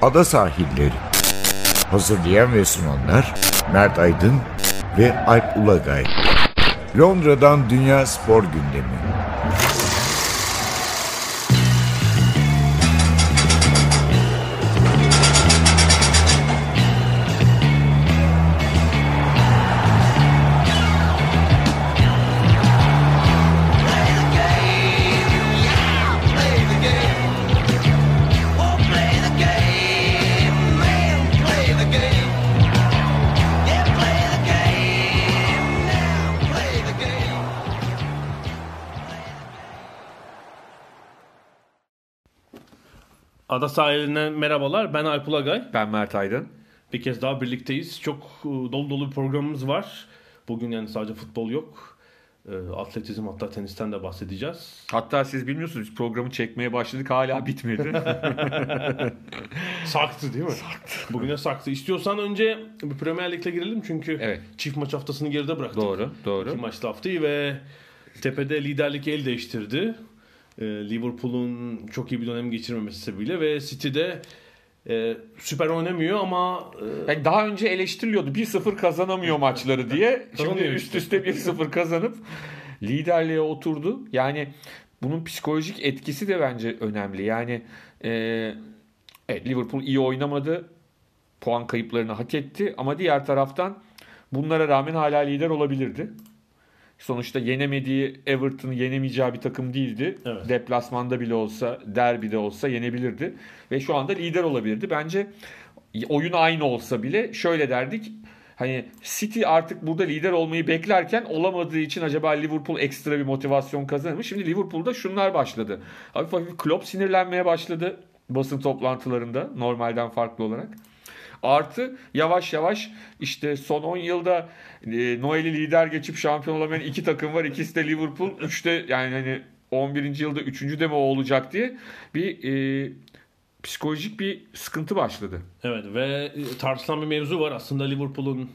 Ada Sahilleri. Hazırlayan ve sunanlar Mert Aydın ve Alp Ulagay. Londra'dan Dünya Spor Gündemi. Ada Sahilinden merhabalar. Ben Alp Ulagay. Ben Mert Aydın. Bir kez daha birlikteyiz. Çok dolu dolu bir programımız var. Bugün yani sadece futbol yok. Atletizm, hatta tenisten de bahsedeceğiz. Hatta siz bilmiyorsunuz, programı çekmeye başladık, hala bitmedi. Sarktı değil mi? Sarktı. Bugüne sarktı. İstiyorsan önce bir Premier Lig'le girelim çünkü evet. Çift maç haftasını geride bıraktık. Doğru. 2 maçlı haftayı ve tepede liderlik el değiştirdi. Liverpool'un çok iyi bir dönem geçirmemesi sebebiyle ve City'de süper oynamıyor ama yani daha önce eleştiriliyordu 1-0 kazanamıyor maçları diye. Şimdi üst üste 1-0 kazanıp liderliğe oturdu. Yani bunun psikolojik etkisi de bence önemli. Yani evet, Liverpool iyi oynamadı. Puan kayıplarını hak etti ama diğer taraftan bunlara rağmen hala lider olabilirdi. Sonuçta yenemediği, Everton'ı yenemeyeceği bir takım değildi. Evet. Deplasmanda bile olsa, derbide olsa yenebilirdi. Ve şu anda lider olabilirdi. Bence oyun aynı olsa bile şöyle derdik. Hani City artık burada lider olmayı beklerken olamadığı için acaba Liverpool ekstra bir motivasyon kazanır mı? Şimdi Liverpool'da şunlar başladı. Hafif hafif Klopp sinirlenmeye başladı basın toplantılarında normalden farklı olarak. Artı yavaş yavaş işte son 10 yılda Noel'i lider geçip şampiyon olamayan 2 takım var. İkisi de Liverpool. 3'te yani hani 11. yılda 3. de mi o olacak diye bir psikolojik bir sıkıntı başladı. Evet ve tartışılan bir mevzu var. Aslında Liverpool'un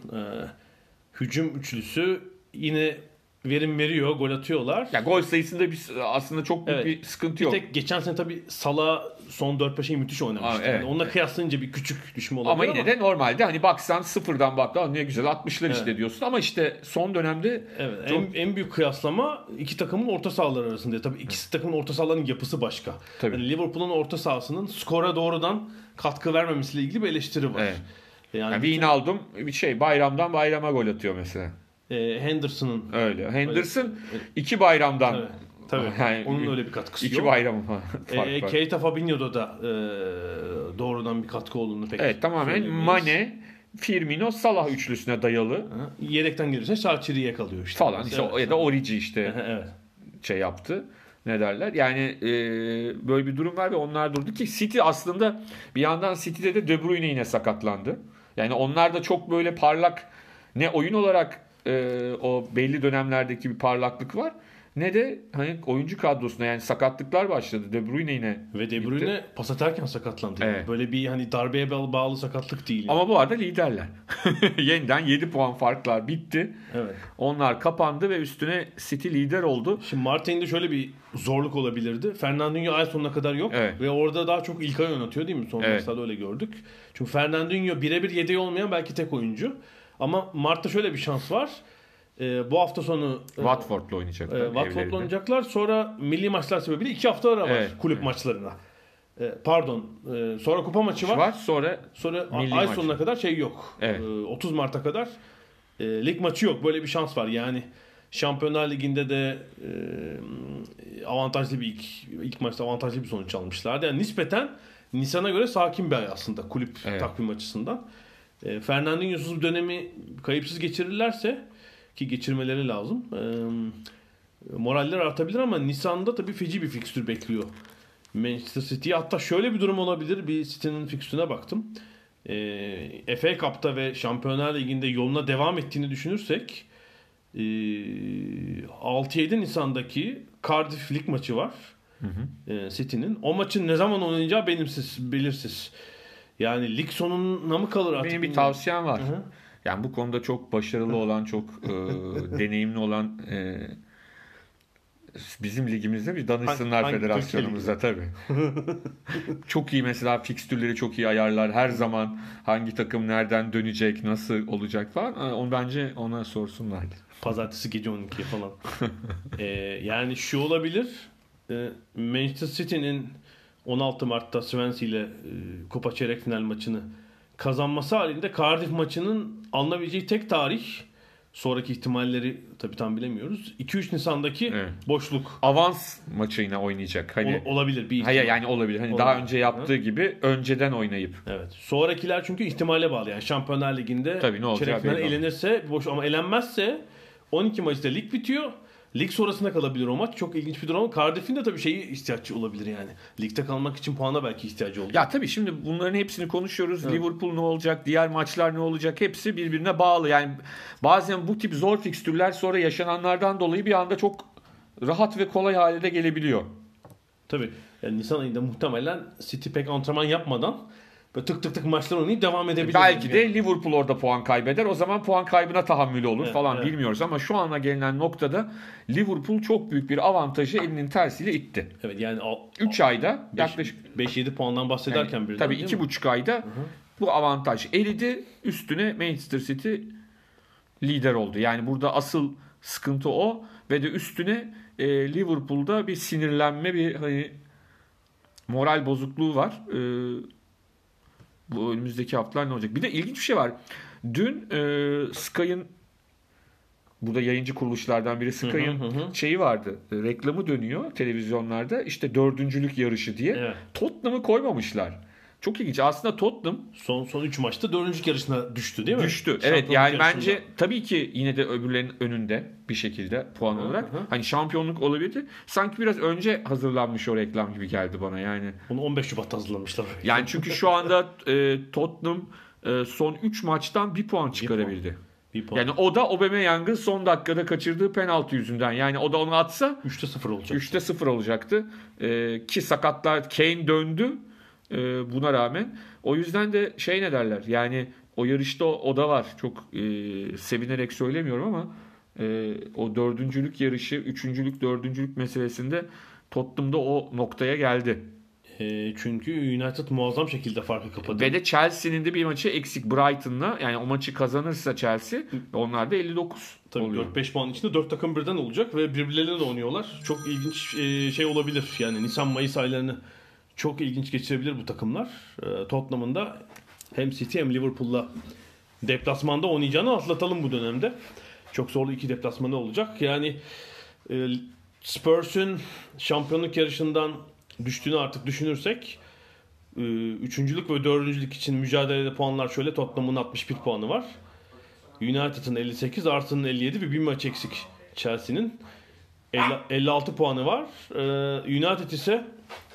hücum üçlüsü yine verim veriyor, gol atıyorlar. Ya gol sayısında aslında çok büyük bir sıkıntı yok. Bir tek geçen sene tabii Salah son 4-5 ay müthiş oynamıştı. Evet. Yani onunla kıyaslayınca bir küçük düşme olabilir ama yine de normalde hani baksan sıfırdan bak ne güzel 60'lar işte diyorsun ama işte son dönemde çok... en büyük kıyaslama iki takımın orta sahaları arasında. Tabii ikisi takımın orta sahalarının yapısı başka. Yani Liverpool'un orta sahasının skora doğrudan katkı vermemesiyle ilgili bir eleştiri var. Evet. Yani Wijnaldum bayramdan bayrama gol atıyor mesela. Henderson'ın öyle. Henderson 2 bayramdan. Tabii. Yani onun öyle bir katkısı yok. 2 bayram Keita Fabinho'da da doğrudan bir katkı olduğunu pek. Evet, tamamen Mane, Firmino, Salah üçlüsüne dayalı. Yedekten gelirse Şakir'i yakalıyor işte. Falan işte ya da Origi işte. Evet. Yaptı. Ne derler? Yani böyle bir durum var ve onlar durdu ki City aslında bir yandan City'de de De Bruyne yine sakatlandı. Yani onlar da çok böyle parlak ne oyun olarak o belli dönemlerdeki bir parlaklık var. Ne de hani oyuncu kadrosunda yani sakatlıklar başladı. De Bruyne yine ve De Bruyne gitti. Pas atarken sakatlandı. Evet. Böyle bir hani darbeye bağlı sakatlık değil. Ama bu arada liderler. Yeniden 7 puan farklar bitti. Evet. Onlar kapandı ve üstüne City lider oldu. Şimdi Martin'de şöyle bir zorluk olabilirdi. Fernandinho ay sonuna kadar yok ve orada daha çok İlkay oynatıyor değil mi? Son maçlarda öyle gördük. Çünkü Fernandinho birebir yedeği olmayan belki tek oyuncu. Ama Mart'ta şöyle bir şans var. Bu hafta sonu Watford'la oynayacaklar. Watford'la oynayacaklar. Sonra milli maçlar sebebiyle 2 hafta ara var kulüp maçlarına. Sonra kupa maçı var. Sonra ay sonuna kadar yok. 30 Mart'a kadar lig maçı yok. Böyle bir şans var. Yani Şampiyonlar Ligi'nde de avantajlı bir ilk maçta avantajlı bir sonuç almışlardı. Yani nispeten Nisan'a göre sakin bir ay aslında kulüp takvim açısından. Fernandinho'suz dönemi kayıpsız geçirirlerse ki geçirmeleri lazım. Moraller artabilir ama Nisan'da tabii feci bir fikstür bekliyor Manchester City'ye. Hatta şöyle bir durum olabilir. Bir City'nin fikstürüne baktım. FA Cup'ta ve Şampiyonlar Ligi'nde yoluna devam ettiğini düşünürsek 6-7 Nisan'daki Cardiff Lig maçı var. City'nin. O maçın ne zaman oynanacağı belirsiz. Yani lig sonuna mı kalır artık? Benim bir tavsiyem var. Hı-hı. Yani bu konuda çok başarılı olan, çok deneyimli olan Bizim ligimizde bir danışsınlar Hangi federasyonumuza tabii. Çok iyi mesela fikstürleri çok iyi ayarlar. Her zaman hangi takım nereden dönecek, nasıl olacak falan. Onu bence ona sorsunlar. Pazartesi gece 12 falan. Yani şu olabilir. Manchester City'nin 16 Mart'ta Swansea ile Kupa Çeyrek Final maçını kazanması halinde Cardiff maçının alınabileceği tek tarih, sonraki ihtimalleri tabii tam bilemiyoruz, 2-3 Nisan'daki boşluk. Avans maçıyla oynayacak. Hani Olabilir bir ihtimal. hayır yani olabilir. Hani Olabilir. daha önce yaptığı gibi önceden oynayıp. Evet. Sonrakiler çünkü ihtimale bağlı. Yani Şampiyonlar Ligi'nde tabii ne olacağı çeyrek final belli elenirse boş, ama elenmezse 12 Mayıs'ta lig bitiyor. Lig sonrasına kalabilir o maç. Çok ilginç bir durum. Cardiff'in de tabii ihtiyaççı olabilir yani. Ligde kalmak için puana belki ihtiyacı olacak. Ya tabii şimdi bunların hepsini konuşuyoruz. Evet. Liverpool ne olacak? Diğer maçlar ne olacak? Hepsi birbirine bağlı. Yani bazen bu tip zor fikstürler sonra yaşananlardan dolayı bir anda çok rahat ve kolay hale de gelebiliyor. Tabii. Yani Nisan ayında muhtemelen City pek antrenman yapmadan böyle tık tık tık maçlar oynayıp devam edebilir. Belki de Liverpool orada puan kaybeder. O zaman puan kaybına tahammülü olur falan evet. Bilmiyoruz ama şu ana gelinen noktada Liverpool çok büyük bir avantajı elinin tersiyle itti. Evet yani 3 ayda yaklaşık 5-7 puandan bahsederken yani, birden. tabii 2,5 ayda bu avantaj eridi. Üstüne Manchester City lider oldu. Yani burada asıl sıkıntı o ve de üstüne Liverpool'da bir sinirlenme, bir hani moral bozukluğu var. Bu önümüzdeki haftalar ne olacak? Bir de ilginç bir şey var. Dün Sky'ın, burada yayıncı kuruluşlardan biri, Sky'ın şeyi vardı. Reklamı dönüyor televizyonlarda. İşte dördüncülük yarışı diye. Evet. Tottenham'ı koymamışlar. Çok ilginç. Aslında Tottenham son 3 maçta dördüncülük yarışına düştü değil mi? Düştü. Evet yani bence tabii ki yine de öbürlerinin önünde bir şekilde puan olarak. Hani şampiyonluk olabilirdi. Sanki biraz önce hazırlanmış o reklam gibi geldi bana yani. Bunu 15 Şubat'ta hazırlamışlar. Yani çünkü şu anda Tottenham son 3 maçtan 1 puan çıkarabildi. Yani o da Aubameyang'ın son dakikada kaçırdığı penaltı yüzünden. Yani o da onu atsa 3'te 0 olacaktı. 3'te 0 olacaktı. Ki sakatlar, Kane döndü buna rağmen. O yüzden de ne derler? Yani o yarışta o da var. Çok sevinerek söylemiyorum ama o dördüncülük yarışı, üçüncülük, dördüncülük meselesinde Tottenham'da o noktaya geldi. Çünkü United muazzam şekilde farkı kapadı. Ve de Chelsea'nin de bir maçı eksik Brighton'la. Yani o maçı kazanırsa Chelsea, onlar da 59 tabii oluyor. 4-5 puan içinde 4 takım birden olacak ve birbirleriyle de oynuyorlar. Çok ilginç şey olabilir. Yani Nisan-Mayıs aylarını çok ilginç geçirebilir bu takımlar. Tottenham'ın da hem City hem Liverpool'la deplasmanda oynayacağını atlatalım bu dönemde. Çok zorlu 2 deplasmanı olacak. Yani Spurs'un şampiyonluk yarışından düştüğünü artık düşünürsek, üçüncülük ve dördüncülük için mücadelede puanlar şöyle: Tottenham'ın 61 puanı var. United'ın 58, Arsenal'ın 57 ve bir maç eksik Chelsea'nin. 56 puanı var. United ise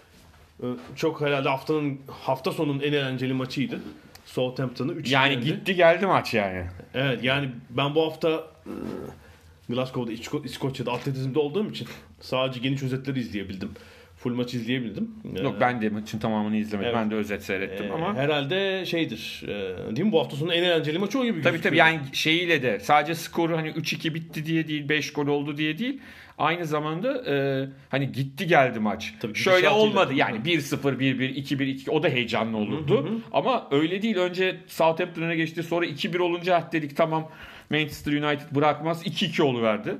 çok herhalde hafta sonunun en eğlenceli maçıydı. Southampton'ı 3 yani yendi. Gitti geldi maç yani. Evet yani ben bu hafta Glasgow'da, İskoçya'da atletizmde olduğum için sadece geniş özetleri izleyebildim. Full maç izleyebildim. Yok ben de maçın tamamını izlemedim. Evet. Ben de özet seyrettim ama. Herhalde değil mi? Bu hafta sonu en eğlenceli maçı o gibi gözüküyor. Tabii yani şeyiyle de sadece skoru hani 3-2 bitti diye değil, 5 gol oldu diye değil. Aynı zamanda hani gitti geldi maç. Tabii, şöyle olmadı yani 1-0, 1-1, 2-1, 2 o da heyecanlı olurdu. Ama öyle değil. Önce Southampton öne geçti. Sonra 2-1 olunca dedik tamam Manchester United bırakmaz. 2-2 oluverdi.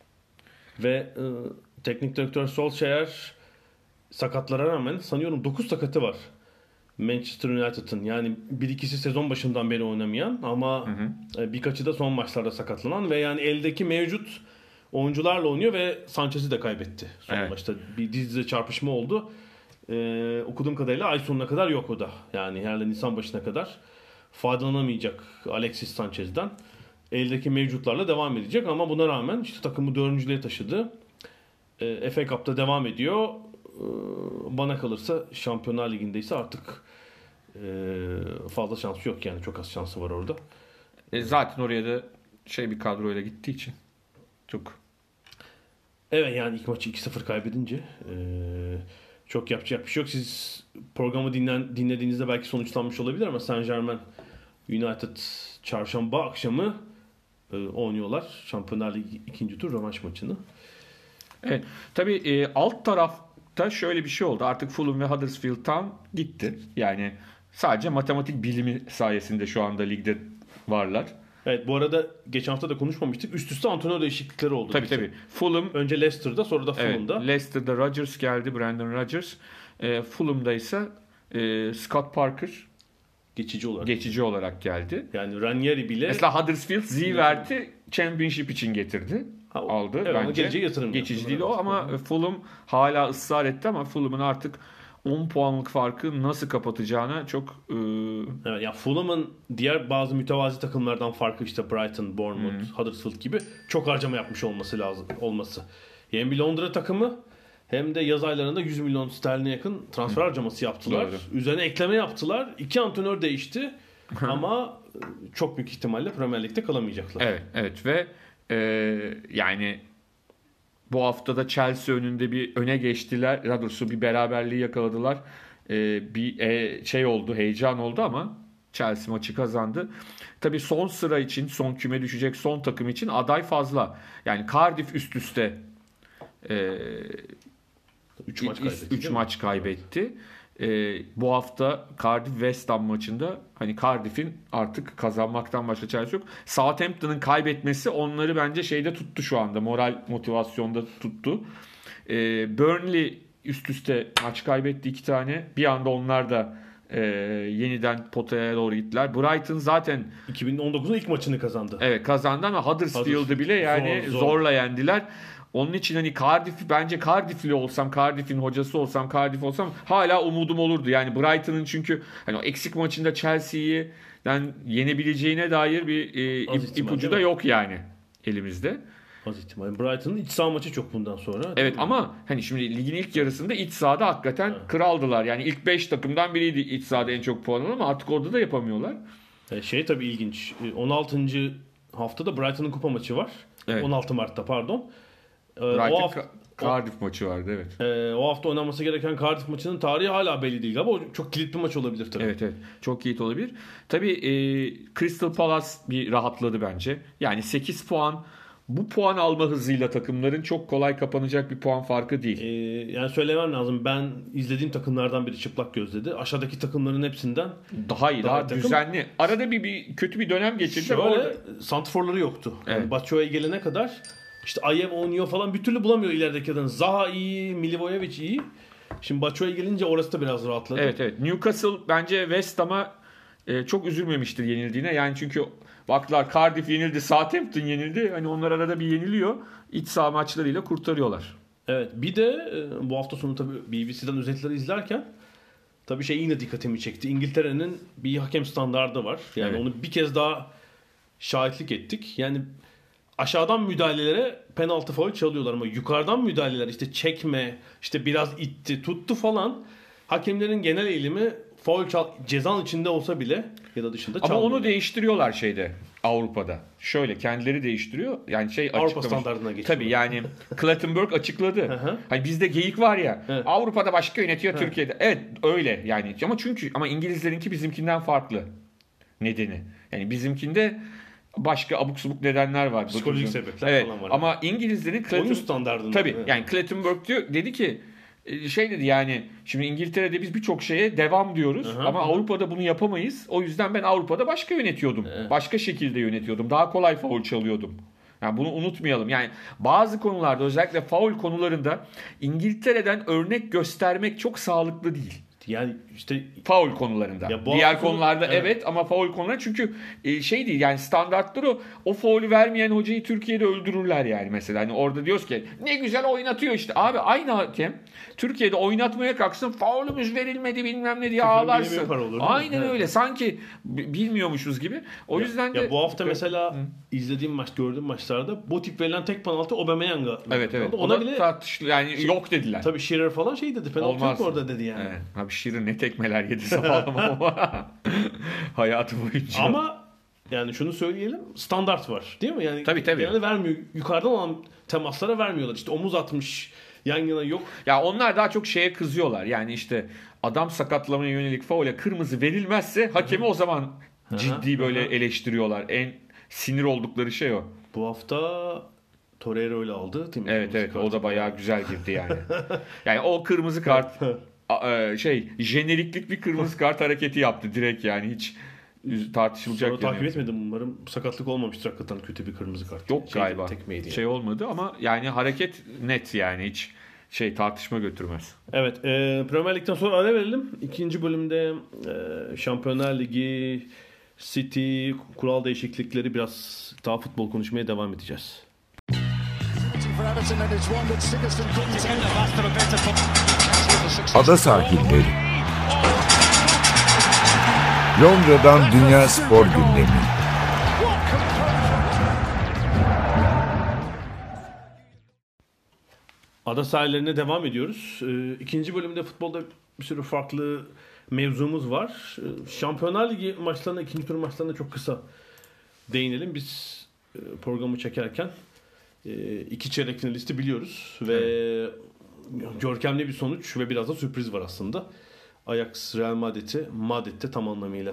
Ve teknik direktör Solskjaer sakatlara rağmen sanıyorum 9 sakatı var Manchester United'ın. Yani bir ikisi sezon başından beri oynamayan ama birkaçı da son maçlarda sakatlanan ve yani eldeki mevcut oyuncularla oynuyor ve Sanchez'i de kaybetti son maçta. Bir diz çarpışma oldu. Okuduğum kadarıyla ay sonuna kadar yok o da. Yani herhalde Nisan başına kadar faydalanamayacak Alexis Sanchez'den. Eldeki mevcutlarla devam edecek ama buna rağmen işte takımı dördüncülüğe taşıdı. FA Cup'ta devam ediyor. Bana kalırsa Şampiyonlar Ligi'nde ise artık fazla şansı yok yani. Çok az şansı var orada. Zaten oraya da bir kadroyla gittiği için çok. Evet yani ilk maçı 2-0 kaybedince çok yapacak bir şey yok. Siz programı dinlediğinizde belki sonuçlanmış olabilir ama Saint-Germain United çarşamba akşamı oynuyorlar. Şampiyonlar Ligi 2. tur rövanş maçını. Evet. Tabii alt tarafta şöyle bir şey oldu. Artık Fulham ve Huddersfield Town gitti. Yani sadece matematik bilimi sayesinde şu anda ligde varlar. Evet, bu arada geçen hafta da konuşmamıştık. Üst üste antrenör değişiklikleri oldu. Tabii. Fulham önce Leicester'da, sonra da Fulham'da. Evet, Leicester'da Rodgers geldi, Brandon Rodgers. Fulham'da ise Scott Parker geçici olarak geldi. Yani Ranieri bile mesela Huddersfield Zievert'i Championship için getirdi. Aldı evet, bence. Geçici değil o ama Fulham hala ısrar etti ama Fulham'ın artık 10 puanlık farkı nasıl kapatacağına çok evet, yani Fulham'ın diğer bazı mütevazi takımlardan farkı işte Brighton, Bournemouth, Huddersfield gibi çok harcama yapmış olması. Hem bir Londra takımı hem de yaz aylarında 100 milyon sterline yakın transfer harcaması yaptılar. Doğru. Üzerine ekleme yaptılar. 2 antrenör değişti ama çok büyük ihtimalle Premier Lig'de kalamayacaklar. Evet ve yani bu haftada Chelsea önünde bir öne geçtiler. Daha doğrusu bir beraberliği yakaladılar. Bir oldu, heyecan oldu ama Chelsea maçı kazandı. Tabii son sıra için, son küme düşecek son takım için aday fazla. Yani Cardiff üst üste 3 maç kaybetti. Bu hafta Cardiff West Ham maçında hani Cardiff'in artık kazanmaktan başka çaresi yok. Southampton'ın kaybetmesi onları bence şeyde tuttu şu anda. Moral motivasyonda tuttu. Burnley üst üste maç kaybetti 2 tane. Bir anda onlar da yeniden potaya doğru gittiler. Brighton zaten 2019'un ilk maçını kazandı. Evet, kazandı ama Huddersfield'ı bile yani zorla yendiler. Onun için hani bence Cardiff'li olsam, Cardiff'in hocası olsam, Cardiff olsam hala umudum olurdu. Yani Brighton'ın çünkü hani o eksik maçında Chelsea'den yenebileceğine dair bir ipucu da yok yani elimizde. Az ihtimal. Brighton'ın iç saha maçı çok bundan sonra. Evet ama hani şimdi ligin ilk yarısında iç sahada hakikaten kraldılar. Yani ilk 5 takımdan biriydi iç sahada en çok puan alan ama artık orada da yapamıyorlar. Tabii ilginç. 16. haftada Brighton'ın kupa maçı var. Evet. 16 Mart'ta pardon. Cardiff maçı vardı evet. O hafta oynanması gereken Cardiff maçının tarihi hala belli değil ama o çok kilit bir maç olabilir tabii. Evet çok kilit olabilir. Tabii Crystal Palace bir rahatladı bence. Yani 8 puan bu puan alma hızıyla takımların çok kolay kapanacak bir puan farkı değil. Yani söylemem lazım. Ben izlediğim takımlardan biri çıplak gözledi. Aşağıdaki takımların hepsinden daha iyi, daha düzenli. Arada bir kötü bir dönem geçirdi. Şöyle santrforları yoktu. Evet. Yani Batshuayi gelene kadar işte Ayev oynuyor falan bir türlü bulamıyor ilerideki adını. Zaha iyi, Milivojevic iyi. Şimdi Batshuayi gelince orası da biraz rahatladı. Evet. Newcastle bence West Ham'a çok üzülmemiştir yenildiğine. Yani çünkü baktılar Cardiff yenildi, Southampton yenildi. Hani onlar arada bir yeniliyor. İç saha maçlarıyla kurtarıyorlar. Evet. Bir de bu hafta sonu tabii BBC'den özetleri izlerken tabii yine dikkatimi çekti. İngiltere'nin bir hakem standardı var. Yani onu bir kez daha şahitlik ettik. Yani aşağıdan müdahalelere penaltı faul çalıyorlar ama yukarıdan müdahaleler işte çekme, işte biraz itti, tuttu falan. Hakemlerin genel eğilimi faul cezanın içinde olsa bile ya da dışında çalmıyor. Ama onu değiştiriyorlar Avrupa'da. Şöyle kendileri değiştiriyor. Yani Avrupa standartına geçiyor. Tabii yani Clattenburg açıkladı. Hani bizde geyik var ya. Evet. Avrupa'da başka yönetiyor, Türkiye'de. Evet öyle yani. Ama İngilizlerinki bizimkinden farklı. Nedeni. Yani bizimkinde başka abuk subuk nedenler var. Psikolojik sebepler falan var. Ama İngilizlerin oyun standartında. Tabii yani Clattenburg dedi ki dedi yani şimdi İngiltere'de biz birçok şeye devam diyoruz ama Avrupa'da bunu yapamayız. O yüzden ben Avrupa'da başka yönetiyordum. Başka şekilde yönetiyordum. Daha kolay faul çalıyordum. Yani bunu unutmayalım. Yani bazı konularda özellikle faul konularında İngiltere'den örnek göstermek çok sağlıklı değil. Yani işte faul konularında. Diğer konularda evet ama faul konularında çünkü değil yani standartları o faulü vermeyen hocayı Türkiye'de öldürürler yani mesela. Hani orada diyoruz ki ne güzel oynatıyor işte. Abi aynı hakem Türkiye'de oynatmaya kalksın faulümüz verilmedi bilmem ne diye ağlarsın. Aynen öyle. Sanki bilmiyormuşuz gibi. O yüzden de bu hafta mesela izlediğim gördüğüm maçlarda bu tip verilen tek penaltı Aubameyang'a. Evet. Ona bile tartışıldı. Yani yok dediler. Tabii Shearer falan dedi. Penaltı yok orada dedi yani. Evet. Abi Shearer ne tekmeler yedi sağlamama hayatı boyunca. Ama yani şunu söyleyelim standart var değil mi? Yani tabii. Genelde vermiyor. Yukarıdan olan temaslara vermiyorlar. İşte omuz atmış yan yana yok. Ya onlar daha çok şeye kızıyorlar. Yani işte adam sakatlamaya yönelik faule kırmızı verilmezse hakemi o zaman ciddi böyle eleştiriyorlar. En sinir oldukları şey o. Bu hafta Torreira öyle aldı. Evet o da bayağı güzel girdi yani. Yani o kırmızı kart jeneriklik bir kırmızı kart hareketi yaptı direkt yani hiç tartışılacak. Sonra takip etmedim, umarım sakatlık olmamıştır, hakikaten kötü bir kırmızı kart. Yok galiba. Tekmeydi olmadı ama yani hareket net yani hiç tartışma götürmez. Evet, Premier Lig'den sonra ara verelim. İkinci bölümde Şampiyonlar Ligi, City, kural değişiklikleri, biraz daha futbol konuşmaya devam edeceğiz. Ada sahilleri. Londra'dan Dünya Spor Gündemi. Ada sahillerine devam ediyoruz. İkinci bölümde futbolda bir sürü farklı mevzumuz var. Şampiyonlar Ligi maçlarına, ikinci tur maçlarına çok kısa değinelim. Biz programı çekerken iki çeyrek finalisti biliyoruz ve görkemli bir sonuç ve biraz da sürpriz var aslında. Ajax Real Madrid'de tam anlamıyla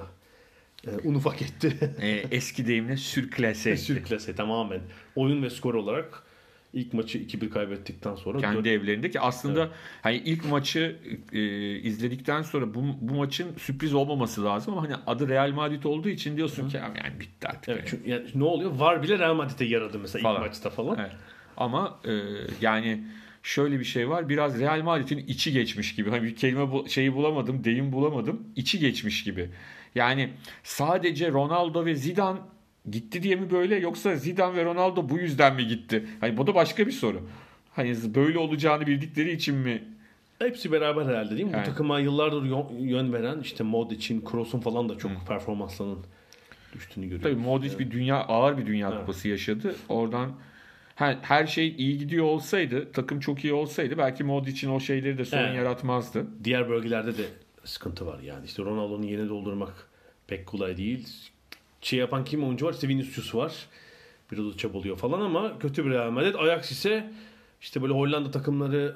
un ufak etti. Eski deyimle sürklase etti. Sürklase tamamen. Oyun ve skor olarak ilk maçı 2-1 kaybettikten sonra. Kendi evlerinde ki aslında hani ilk maçı izledikten sonra bu maçın sürpriz olmaması lazım ama hani adı Real Madrid olduğu için diyorsun ki yani bitti artık. Evet, çünkü yani ne oluyor? VAR bile Real Madrid'e yaradı mesela ilk maçta falan. Evet. Ama yani şöyle bir şey var. Biraz Real Madrid'in içi geçmiş gibi. Hani bir kelime bulamadım, deyim bulamadım. İçi geçmiş gibi. Yani sadece Ronaldo ve Zidane gitti diye mi böyle, yoksa Zidane ve Ronaldo bu yüzden mi gitti? Hani bu da başka bir soru. Hani böyle olacağını bildikleri için mi? Hepsi beraber herhalde değil mi? Yani. Bu takıma yıllardır yön veren işte Modric'in, Kroos'un falan da çok performanslarının düştüğünü görüyoruz. Tabii Modric ağır bir dünya kupası yaşadı. Oradan her şey iyi gidiyor olsaydı, takım çok iyi olsaydı belki Modric'in o şeyleri de sorun yaratmazdı. Diğer bölgelerde de sıkıntı var yani. İşte Ronaldo'nun yerini doldurmak pek kolay değil. Yapan kim oyuncu var? İşte Vinicius var. Biraz da çabalıyor falan ama kötü bir Real Madrid. Ajax ise işte böyle Hollanda takımları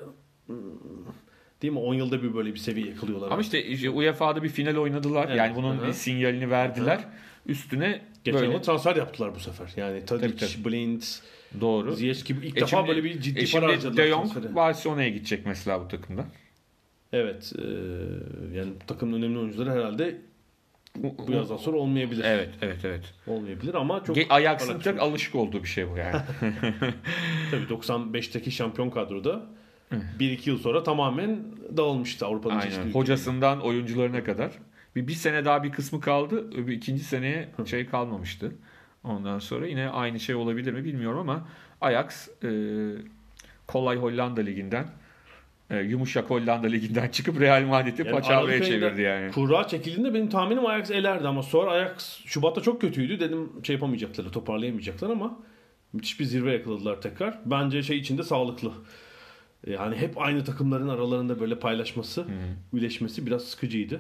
değil mi? 10 yılda bir böyle bir seviye yakalıyorlar. Ama işte UEFA'da bir final oynadılar. Evet. Yani bunun bir sinyalini verdiler. Üstüne geçen yıl transfer yaptılar bu sefer. Yani Tadic, Blind, doğru. Ziyech gibi ilk defa böyle bir ciddi para harcadılar. De Jong Barcelona'ya gidecek mesela bu takımda. Evet. Yani takımın önemli oyuncuları herhalde bu yazdan sonra olmayabilir. Evet. Olmayabilir ama çok Ajax'ın çok alışık olduğu bir şey bu yani. Tabii 95'teki şampiyon kadroda 1-2 yıl sonra tamamen dağılmıştı Avrupa'nın çeşitli. Hocasından oyuncularına kadar. Bir sene daha bir kısmı kaldı. İkinci seneye kalmamıştı. Ondan sonra yine aynı şey olabilir mi bilmiyorum ama Ajax kolay Hollanda Ligi'nden, yumuşak Hollanda Ligi'nden çıkıp Real Madrid'i paçavraya çevirdi yani. Kura çekildiğinde benim tahminim Ajax elerdi ama sonra Ajax Şubat'ta çok kötüydü. Dedim yapamayacaklar, toparlayamayacaklar ama müthiş bir zirve yakaladılar tekrar. Bence içinde sağlıklı. Yani hep aynı takımların aralarında böyle paylaşması, üleşmesi biraz sıkıcıydı.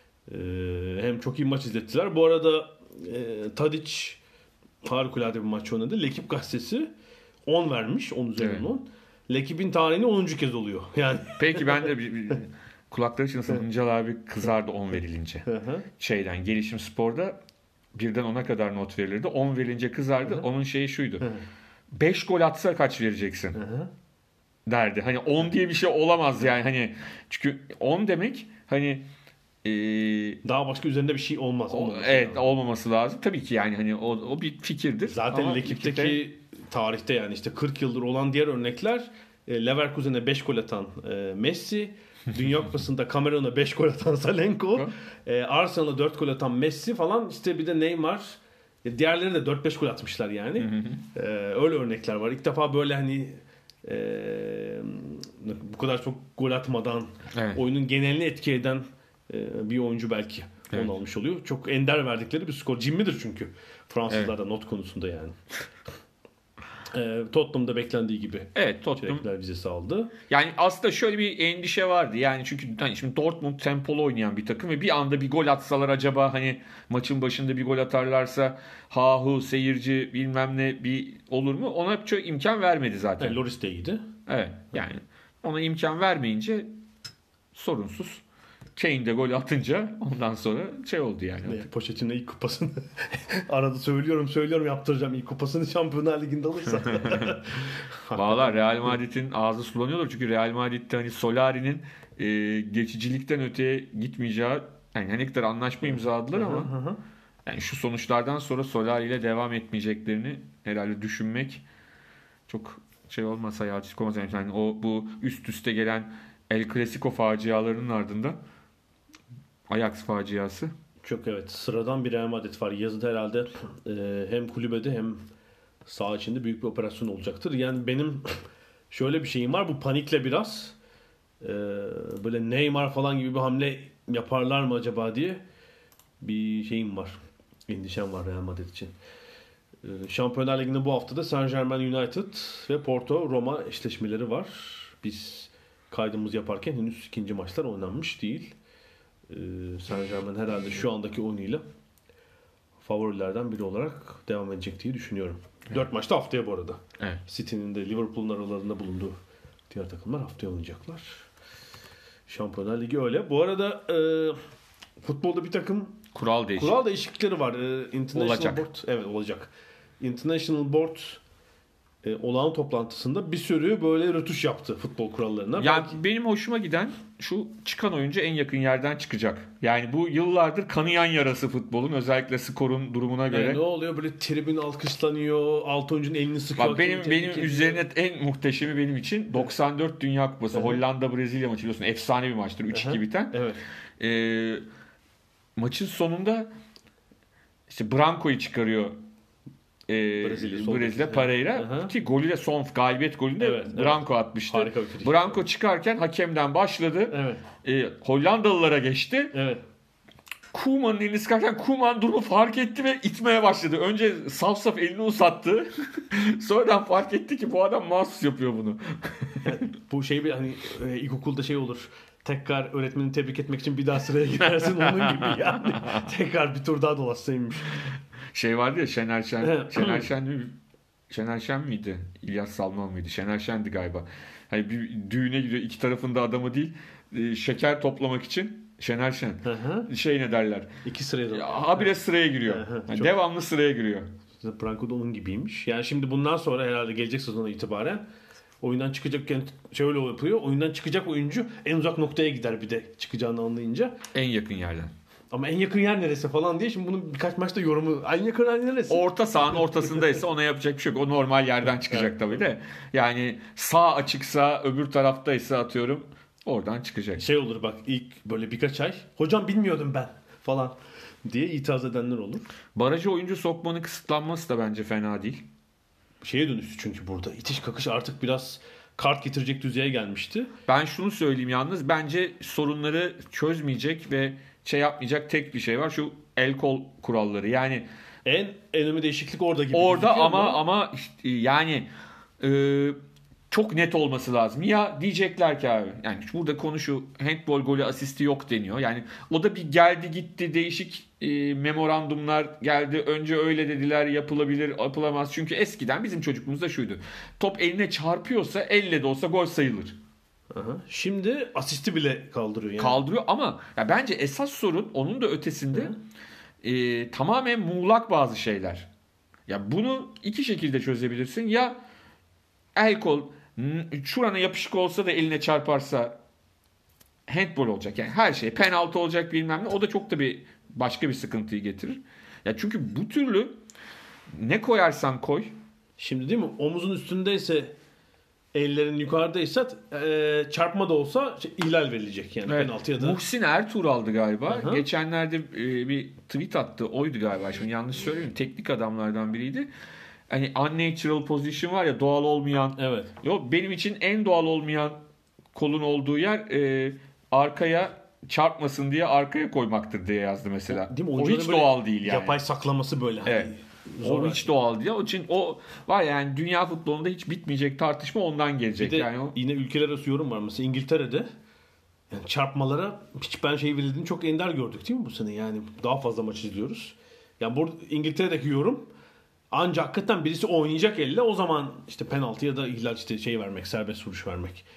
Hem çok iyi maç izlettiler. Bu arada Tadic harikulade bir maç oynadı. L'Equipe gazetesi 10 vermiş. 10 üzerinden 10. L'Equipe'in tarihini 10. kez oluyor. Yani. Peki ben de kulakları çınlasın Hıncal abi kızardı 10 verilince. Gelişim Spor'da 1'den 10'a kadar not verilirdi. 10 verilince kızardı. Onun şeyi şuydu. 5 gol atsa kaç vereceksin? Derdi. Hani 10 diye bir şey olamaz yani. Hani çünkü 10 demek hani daha başka üzerinde bir şey olmaz. Olmaması lazım. Tabii ki yani hani o bir fikirdir. Zaten L'Equipe'deki tarihte yani işte 40 yıldır olan diğer örnekler Leverkusen'e 5 gol atan Messi, Dünya Kupası'nda Cameroon'a 5 gol atan Salenko, Arsenal'a 4 gol atan Messi falan, işte bir de Neymar. Diğerleri de 4-5 gol atmışlar yani. Öyle örnekler var. İlk defa böyle hani bu kadar çok gol atmadan oyunun genelini etki eden bir oyuncu belki onu almış oluyor. Çok ender verdikleri bir skor. Cimridir çünkü Fransızlarda not konusunda yani. Tottenham'da beklendiği gibi. Evet, Tottenham vizesi aldı. Yani aslında şöyle bir endişe vardı. Yani çünkü hani şimdi Dortmund tempolu oynayan bir takım ve bir anda bir gol atsalar acaba hani maçın başında bir gol atarlarsa seyirci bilmem ne bir olur mu? Ona çok imkan vermedi zaten. Loris de iyiydi. Evet. Yani ona imkan vermeyince sorunsuz Kane de gol atınca ondan sonra şey oldu yani. Pochettino ilk kupasını arada söylüyorum yaptıracağım ilk kupasını Şampiyonlar Ligi'nde alırsa. Valla Real Madrid'in ağzı sulanıyordur çünkü Real Madrid'de hani Solari'nin geçicilikten öteye gitmeyeceği, yani ne kadar anlaşma imzaladılar ama yani şu sonuçlardan sonra Solari ile devam etmeyeceklerini herhalde düşünmek çok şey olmaz, hayalist olmaz. Yani bu üst üste gelen El Clasico facialarının ardından Ajax faciası. Çok evet. Sıradan bir Real Madrid var. Yazıda herhalde hem kulübede hem saha içinde büyük bir operasyon olacaktır. Yani benim şöyle bir şeyim var. Bu panikle biraz böyle Neymar falan gibi bir hamle yaparlar mı acaba diye bir şeyim var. Endişem var Real Madrid için. Şampiyonlar Ligi'nde bu haftada Saint-Germain United ve Porto Roma eşleşmeleri var. Biz kaydımız yaparken henüz ikinci maçlar oynanmış değil. Saint-Germain herhalde şu andaki oyunuyla favorilerden biri olarak devam edecek diye düşünüyorum. Evet. 4 maçta haftaya bu arada. Evet. City'nin de Liverpool'un aralarında bulunduğu diğer takımlar haftaya oynayacaklar. Şampiyonlar Ligi öyle. Bu arada futbolda bir takım kural değişiklikleri var. International olacak. Board, evet olacak. International Board olağan toplantısında bir sürü böyle rötuş yaptı futbol kurallarına. Yani benim hoşuma giden şu, çıkan oyuncu en yakın yerden çıkacak. Yani bu yıllardır kanayan yarası futbolun, özellikle skorun durumuna göre. Ne oluyor böyle, tribün alkışlanıyor, altı oyuncunun elini sıkıyor. Bak benim üzerine en muhteşemi benim için 94 Dünya Kupası Hollanda Brezilya maçı, biliyorsun efsane bir maçtır, 3-2 biten. Evet. Maçın sonunda işte Branco'yu çıkarıyor. Brezilya Pereira ki golüyle son galibiyet golünde Branco atmıştı. Harika bir friş. Branco çıkarken hakemden başladı. Hollandalılara geçti. Evet. Koeman'ın elini sıkarken Koeman durumu fark etti ve itmeye başladı. Önce saf elini uzattı. Sonradan fark etti ki bu adam mahsus yapıyor bunu. Bu şey bir hani ilkokulda şey olur. Tekrar öğretmeni tebrik etmek için bir daha sıraya girersin onun gibi yani. Tekrar bir tur daha dolaşsaymış. Şey vardı ya, Şener Şen miydi? İlyas Salman mıydı? Şener Şen'di galiba. Hani bir düğüne gidiyor, iki tarafında adamı değil, şeker toplamak için Şener Şen. Şey ne derler? İki sıraya da. Habire sıraya giriyor. Yani devamlı sıraya giriyor. Branco da onun gibiymiş. Yani şimdi bundan sonra herhalde gelecek sezona itibaren oyundan çıkacakken şöyle yapıyor. Oyundan çıkacak oyuncu en uzak noktaya gider bir de çıkacağını anlayınca. En yakın yerden. Ama en yakın yer neresi falan diye şimdi bunun birkaç maçta yorumu, en yakın yer neresi? Orta sahanın ortasındaysa ona yapacak bir şey yok. O normal yerden çıkacak tabii de. Yani sağ açıksa, öbür taraftaysa atıyorum oradan çıkacak. Şey olur bak, ilk böyle birkaç ay hocam bilmiyordum ben falan diye itiraz edenler olur. Baraja oyuncu sokmanın kısıtlanması da bence fena değil. Şeye dönüştü çünkü burada itiş kakış artık biraz kart getirecek düzeye gelmişti. Ben şunu söyleyeyim yalnız, bence sorunları çözmeyecek ve şey yapmayacak tek bir şey var. Şu el kol kuralları. Yani en önemli değişiklik orada gibi. Orada ama işte yani çok net olması lazım. Ya diyecekler ki abi, yani burada konu şu, handball golü asisti yok deniyor. Yani o da bir geldi gitti, değişik memorandumlar geldi. Önce öyle dediler, yapılabilir, yapılamaz. Çünkü eskiden bizim çocukluğumuzda şuydu. Top eline çarpıyorsa, elle de olsa gol sayılır. Şimdi asisti bile kaldırıyor yani. Kaldırıyor ama ya bence esas sorun onun da ötesinde tamamen muğlak bazı şeyler. Ya bunu iki şekilde çözebilirsin. Ya el kol şurana yapışık olsa da eline çarparsa handball olacak. Yani her şey penaltı olacak bilmem ne. O da çok da başka bir sıkıntıyı getirir. Ya çünkü bu türlü ne koyarsan koy. Şimdi değil mi? Omuzun üstündeyse, ellerin yukarıdaysa çarpma da olsa ihlal verilecek yani, evet. Penaltı ya da. Muhsin Ertuğrul aldı galiba. Geçenlerde bir tweet attı. Oydu galiba. Şimdi yanlış söyleyeyim. Teknik adamlardan biriydi. Hani unnatural position var ya, doğal olmayan. Evet. Yok, benim için en doğal olmayan kolun olduğu yer arkaya çarpmasın diye arkaya koymaktır diye yazdı mesela. Değil mi? O hiç doğal değil yani. Yapay saklaması böyle. Evet. Zor o hiç doğal değil. O için o var yani, dünya futbolunda hiç bitmeyecek tartışma ondan gelecek. Bir de yani yine ülkeler arası yorum var. Mesela İngiltere'de yani çarpmalara hiç ben şey verildiğini çok ender gördük değil mi bu sene? Yani daha fazla maç izliyoruz. Yani burada İngiltere'deki yorum ancak hakikaten birisi oynayacak elle, o zaman işte penaltı ya da ihlal, işte şey vermek, serbest vuruş vermek.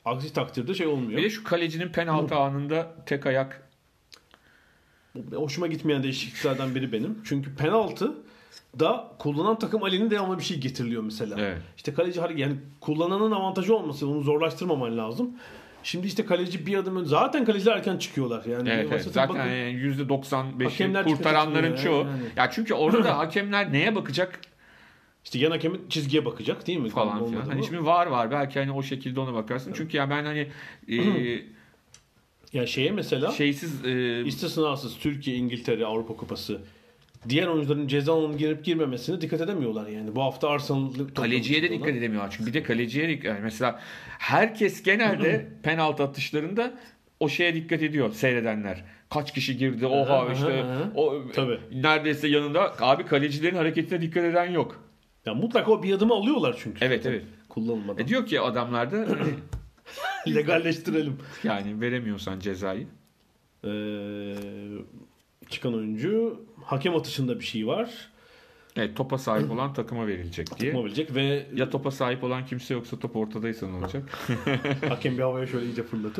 Aksi takdirde şey olmuyor. Bir de şu kalecinin penaltı anında tek ayak. Hoşuma gitmeyen değişikliklerden biri benim. Çünkü penaltı da kullanan takım aleyhine devamlı bir şey getiriliyor mesela. Evet. İşte kaleci yani kullananın avantajı olması, onu zorlaştırmaman lazım. Şimdi işte kaleci bir adım önce. Zaten kaleciler erken çıkıyorlar. Yani Evet. Zaten bakın, %95'i kurtaranların çoğu. yani. Ya çünkü orada da hakemler neye bakacak İşte yan hakemin çizgiye bakacak değil mi? falan filan. Hani şimdi var belki hani o şekilde ona bakarsın. Çünkü ya ben hani ya şeye mesela şeysiz istisnasız Türkiye, İngiltere, Avrupa Kupası diğer oyuncuların ceza alanına girip girmemesine dikkat edemiyorlar yani. Bu hafta Arsenal'lı kaleciye de dikkat edemiyorlar. Çünkü bir de kaleciye yani mesela herkes genelde penaltı atışlarında o şeye dikkat ediyor seyredenler. Kaç kişi girdi? Oha işte o tabii. Neredeyse yanında abi kalecilerin hareketine dikkat eden yok. Ya mutlaka o bir adımı alıyorlar çünkü. Evet. Kullanılmadan. Diyor ki adamlar da legalleştirelim. yani veremiyorsan cezayı. Çıkan oyuncu hakem atışında bir şey var. Evet, topa sahip olan takıma verilecek diye. Takıma ve ya topa sahip olan kimse yoksa top ortadaysa ne olacak? hakem bir havaya şöyle iyice fırlatıp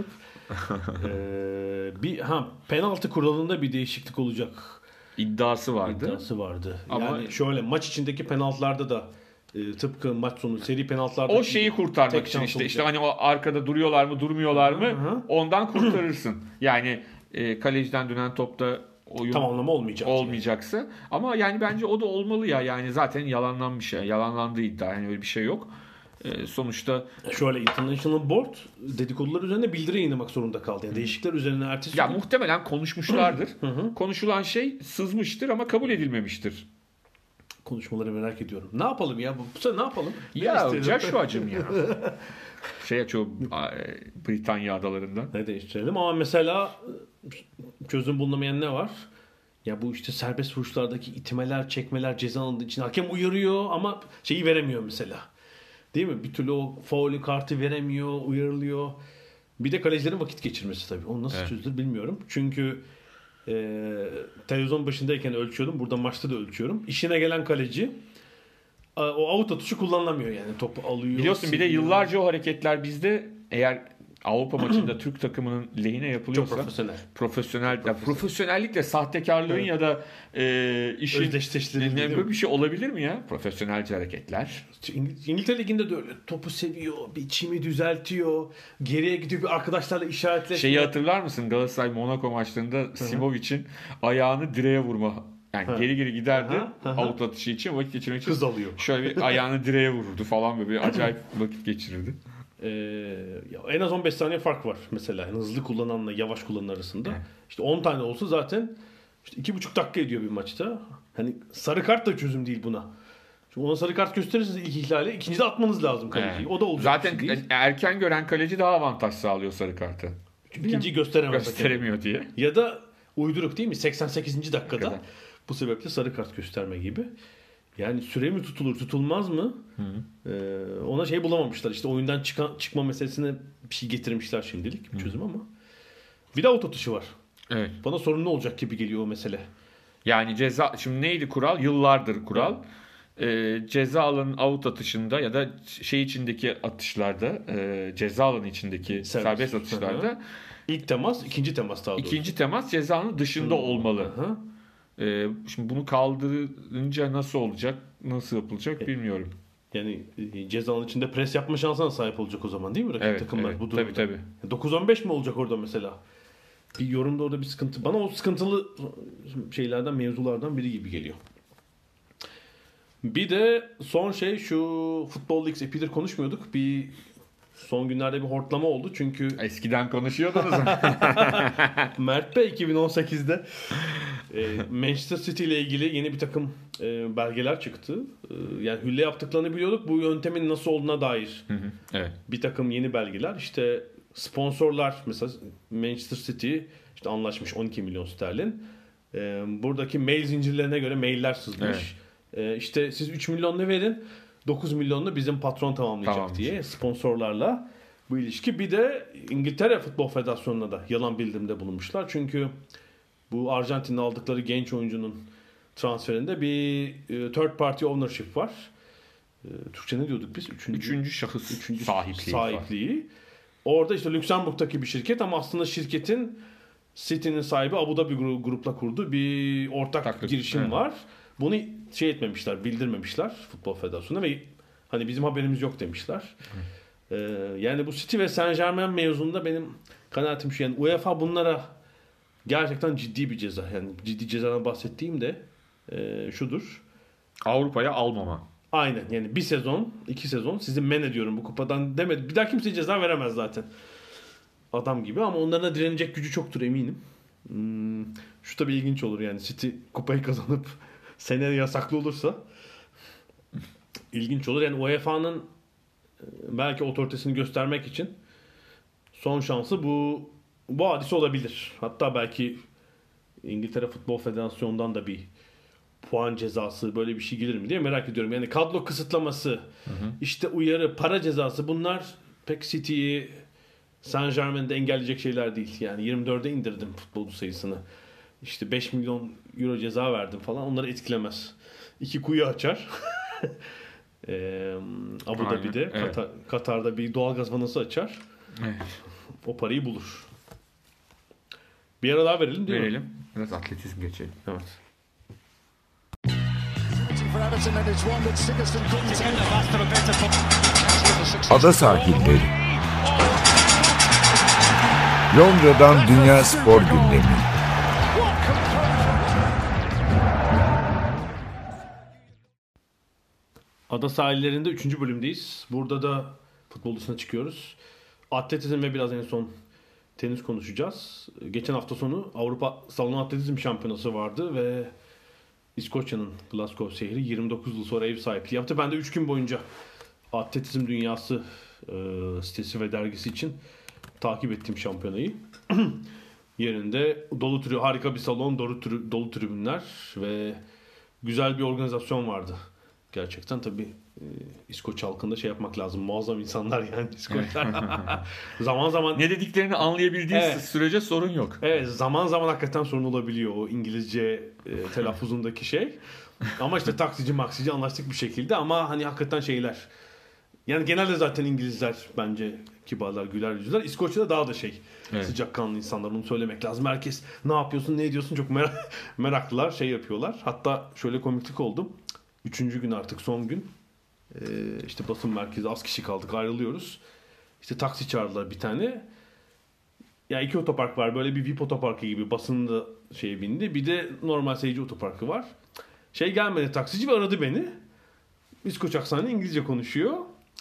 penaltı kuralında bir değişiklik olacak. İddiası vardı. Ama yani şöyle maç içindeki penaltılarda da tıpkı maç sonu seri penaltılarda o şeyi kurtarmak için işte hani o arkada duruyorlar mı durmuyorlar mı ondan kurtarırsın. Yani kaleciden dönen topta oyun tamamlama olmayacaksa. Yani. Ama yani bence o da olmalı ya. Yani zaten yalanlanmış ya. Yalanlandığı iddia. Yani öyle bir şey yok. Sonuçta şöyle International Board dedikodular üzerine bildiri yayınlamak zorunda kaldı. Yani değişiklikler üzerine ertesi ya muhtemelen konuşmuşlardır. Konuşulan şey sızmıştır ama kabul edilmemiştir. Konuşmaları merak ediyorum. Ne yapalım ya? Bu sefer ne yapalım? Ya Joshua'cım ya. Çoğu Britanya adalarında. Ne değiştirelim ama mesela çözüm bulunamayan ne var? Ya bu işte serbest vuruşlardaki itimeler, çekmeler ceza alındığı için hakem uyarıyor ama şeyi veremiyor mesela. Değil mi? Bir türlü o faulü kartı veremiyor, uyarılıyor. Bir de kalecilerin vakit geçirmesi tabii. Onu nasıl çözülür bilmiyorum. Çünkü televizyon başındayken ölçüyordum. Burada maçta da ölçüyorum. İşine gelen kaleci o out atışı kullanılamıyor yani. Topu alıyor. Biliyorsun bir de yıllarca o hareketler bizde eğer Avrupa maçında Türk takımının lehine yapılıyorsa çok profesyonel. Profesyonellikle sahtekarlığın ya da işin özdeşleştirildiği böyle bir şey olabilir mi ya? Profesyonelce hareketler. İngiltere Ligi'nde de öyle. Topu seviyor, biçimi düzeltiyor, geriye gidiyor bir arkadaşlarla işaretleşiyor. Şeyi hatırlar mısın? Galatasaray Monaco maçlarında Simovic'in ayağını direğe vurma. Yani geri giderdi out atışı için vakit geçirmek için. Hız alıyor. Şöyle bir ayağını direğe vururdu falan böyle bir acayip vakit geçirirdi. En az 15 saniye fark var mesela. Yani hızlı kullananla yavaş kullanan arasında. İşte 10 tane olsa zaten işte 2,5 dakika ediyor bir maçta. Hani sarı kart da çözüm değil buna. Çünkü ona sarı kart gösterirseniz ilk ihlale ikinci de atmanız lazım kaleciyi. O da olacak. Zaten şey erken gören kaleci daha avantaj sağlıyor sarı kartı. Çünkü ikinciyi gösteremiyor diye. Ya da uyduruk değil mi? 88. dakikada bu sebeple sarı kart gösterme gibi. Yani süre mi tutulmaz mı? Ona şey bulamamışlar. İşte oyundan çıkma meselesine bir şey getirmişler şimdilik. Bir çözüm ama. Bir de out atışı var. Evet. Bana sorunlu olacak gibi geliyor o mesele. Yani ceza şimdi neydi kural? Yıllardır kural. Ceza alanın out atışında ya da şey içindeki atışlarda ceza alanı içindeki serbest atışlarda ilk temas, ikinci temas daha doğrusu. İkinci temas ceza alanı dışında olmalı. Şimdi bunu kaldırınca nasıl olacak? Nasıl yapılacak bilmiyorum. Yani ceza alanı içinde pres yapma şansına sahip olacak o zaman değil mi rakip takımlar bu durumda? Tabii. 9-15 mi olacak orada mesela? Bir yorumda orada bir sıkıntı. Bana o sıkıntılı şeylerden, mevzulardan biri gibi geliyor. Bir de son şey şu Futbol Leagues epeydir konuşmuyorduk. Bir son günlerde bir hortlama oldu çünkü eskiden konuşuyordunuz. Mert Bey 2018'de Manchester City ile ilgili yeni bir takım belgeler çıktı. Yani hülle yaptıklarını biliyorduk. Bu yöntemin nasıl olduğuna dair evet. bir takım yeni belgeler. İşte sponsorlar mesela Manchester City işte anlaşmış 12 milyon sterlin. Buradaki mail zincirlerine göre mailler sızmış. Evet. İşte siz 3 milyonla verin 9 milyonla bizim patron tamamlayacak diye sponsorlarla bu ilişki. Bir de İngiltere Futbol Federasyonu'na da yalan bildirimde bulunmuşlar. Çünkü bu Arjantin'de aldıkları genç oyuncunun transferinde bir third party ownership var. Türkçe ne diyorduk biz? Üçüncü şahıs sahipliği. Orada işte Lüksemburg'daki bir şirket ama aslında şirketin City'nin sahibi Abu Dhabi grupla kurduğu bir ortak girişim var. Bunu etmemişler, bildirmemişler Futbol Federasyonu'na ve hani bizim haberimiz yok demişler. Yani bu City ve Saint-Germain mevzunda benim kanaatim şu, yani UEFA bunlara gerçekten ciddi bir ceza, yani ciddi cezadan bahsettiğim de şudur. Avrupa'ya almama. Aynen, yani bir sezon, 2 sezon sizi men ediyorum bu kupadan demedi. Bir daha kimseye ceza veremez zaten. Adam gibi, ama onların da direnecek gücü çoktur eminim. Şu tabii ilginç olur, yani City kupayı kazanıp seneye yasaklı olursa ilginç olur. Yani UEFA'nın belki otoritesini göstermek için son şansı bu hadise olabilir. Hatta belki İngiltere Futbol Federasyonu'ndan da bir puan cezası, böyle bir şey gelir mi diye merak ediyorum. Yani kadro kısıtlaması, işte uyarı, para cezası, bunlar pek City'yi, Saint-Germain'de engelleyecek şeyler değil. Yani 24'e indirdim futbolcu sayısını. İşte 5 milyon euro ceza verdim falan. Onları etkilemez. 2 kuyu açar. Abu Dhabi'de, evet. Katar'da bir doğalgaz vanası açar. Evet. O parayı bulur. Bir ara daha verelim değil mi? Verelim. Biraz atletizm geçelim. Evet. Ada sahilleri. Londra'dan Dünya Spor Gündemi. Ada sahillerinde 3. bölümdeyiz. Burada da futbol dışına çıkıyoruz. Atletizm ve biraz en son tenis konuşacağız. Geçen hafta sonu Avrupa Salon Atletizm Şampiyonası vardı ve İskoçya'nın Glasgow şehri 29 yıl sonra ev sahipliği yaptı. Ben de 3 gün boyunca Atletizm Dünyası sitesi ve dergisi için takip ettim şampiyonayı. Yerinde harika bir salon, dolu tribünler ve güzel bir organizasyon vardı. Gerçekten tabii İskoç halkında yapmak lazım. Muazzam insanlar yani İskoçlar. Zaman zaman ne dediklerini anlayabildiğiniz sürece sorun yok. Evet, zaman zaman hakikaten sorun olabiliyor o İngilizce telaffuzundaki şey. Ama işte taksici anlaştık bir şekilde, ama hani hakikaten şeyler. Yani genelde zaten İngilizler bence kibarlar, güler yüzler. İskoçya'da daha da sıcakkanlı insanlar, onu söylemek lazım. Herkes ne yapıyorsun, ne ediyorsun çok meraklılar, yapıyorlar. Hatta şöyle komiklik oldu. 3. gün, artık son gün. İşte basın merkezi, az kişi kaldık, ayrılıyoruz. İşte taksi çağırdılar bir tane. Ya 2 otopark var, böyle bir VIP otoparkı gibi, basın da bindi. Bir de normal seyirci otoparkı var. Gelmedi taksici ve aradı beni. İskoç aksanıyla İngilizce konuşuyor.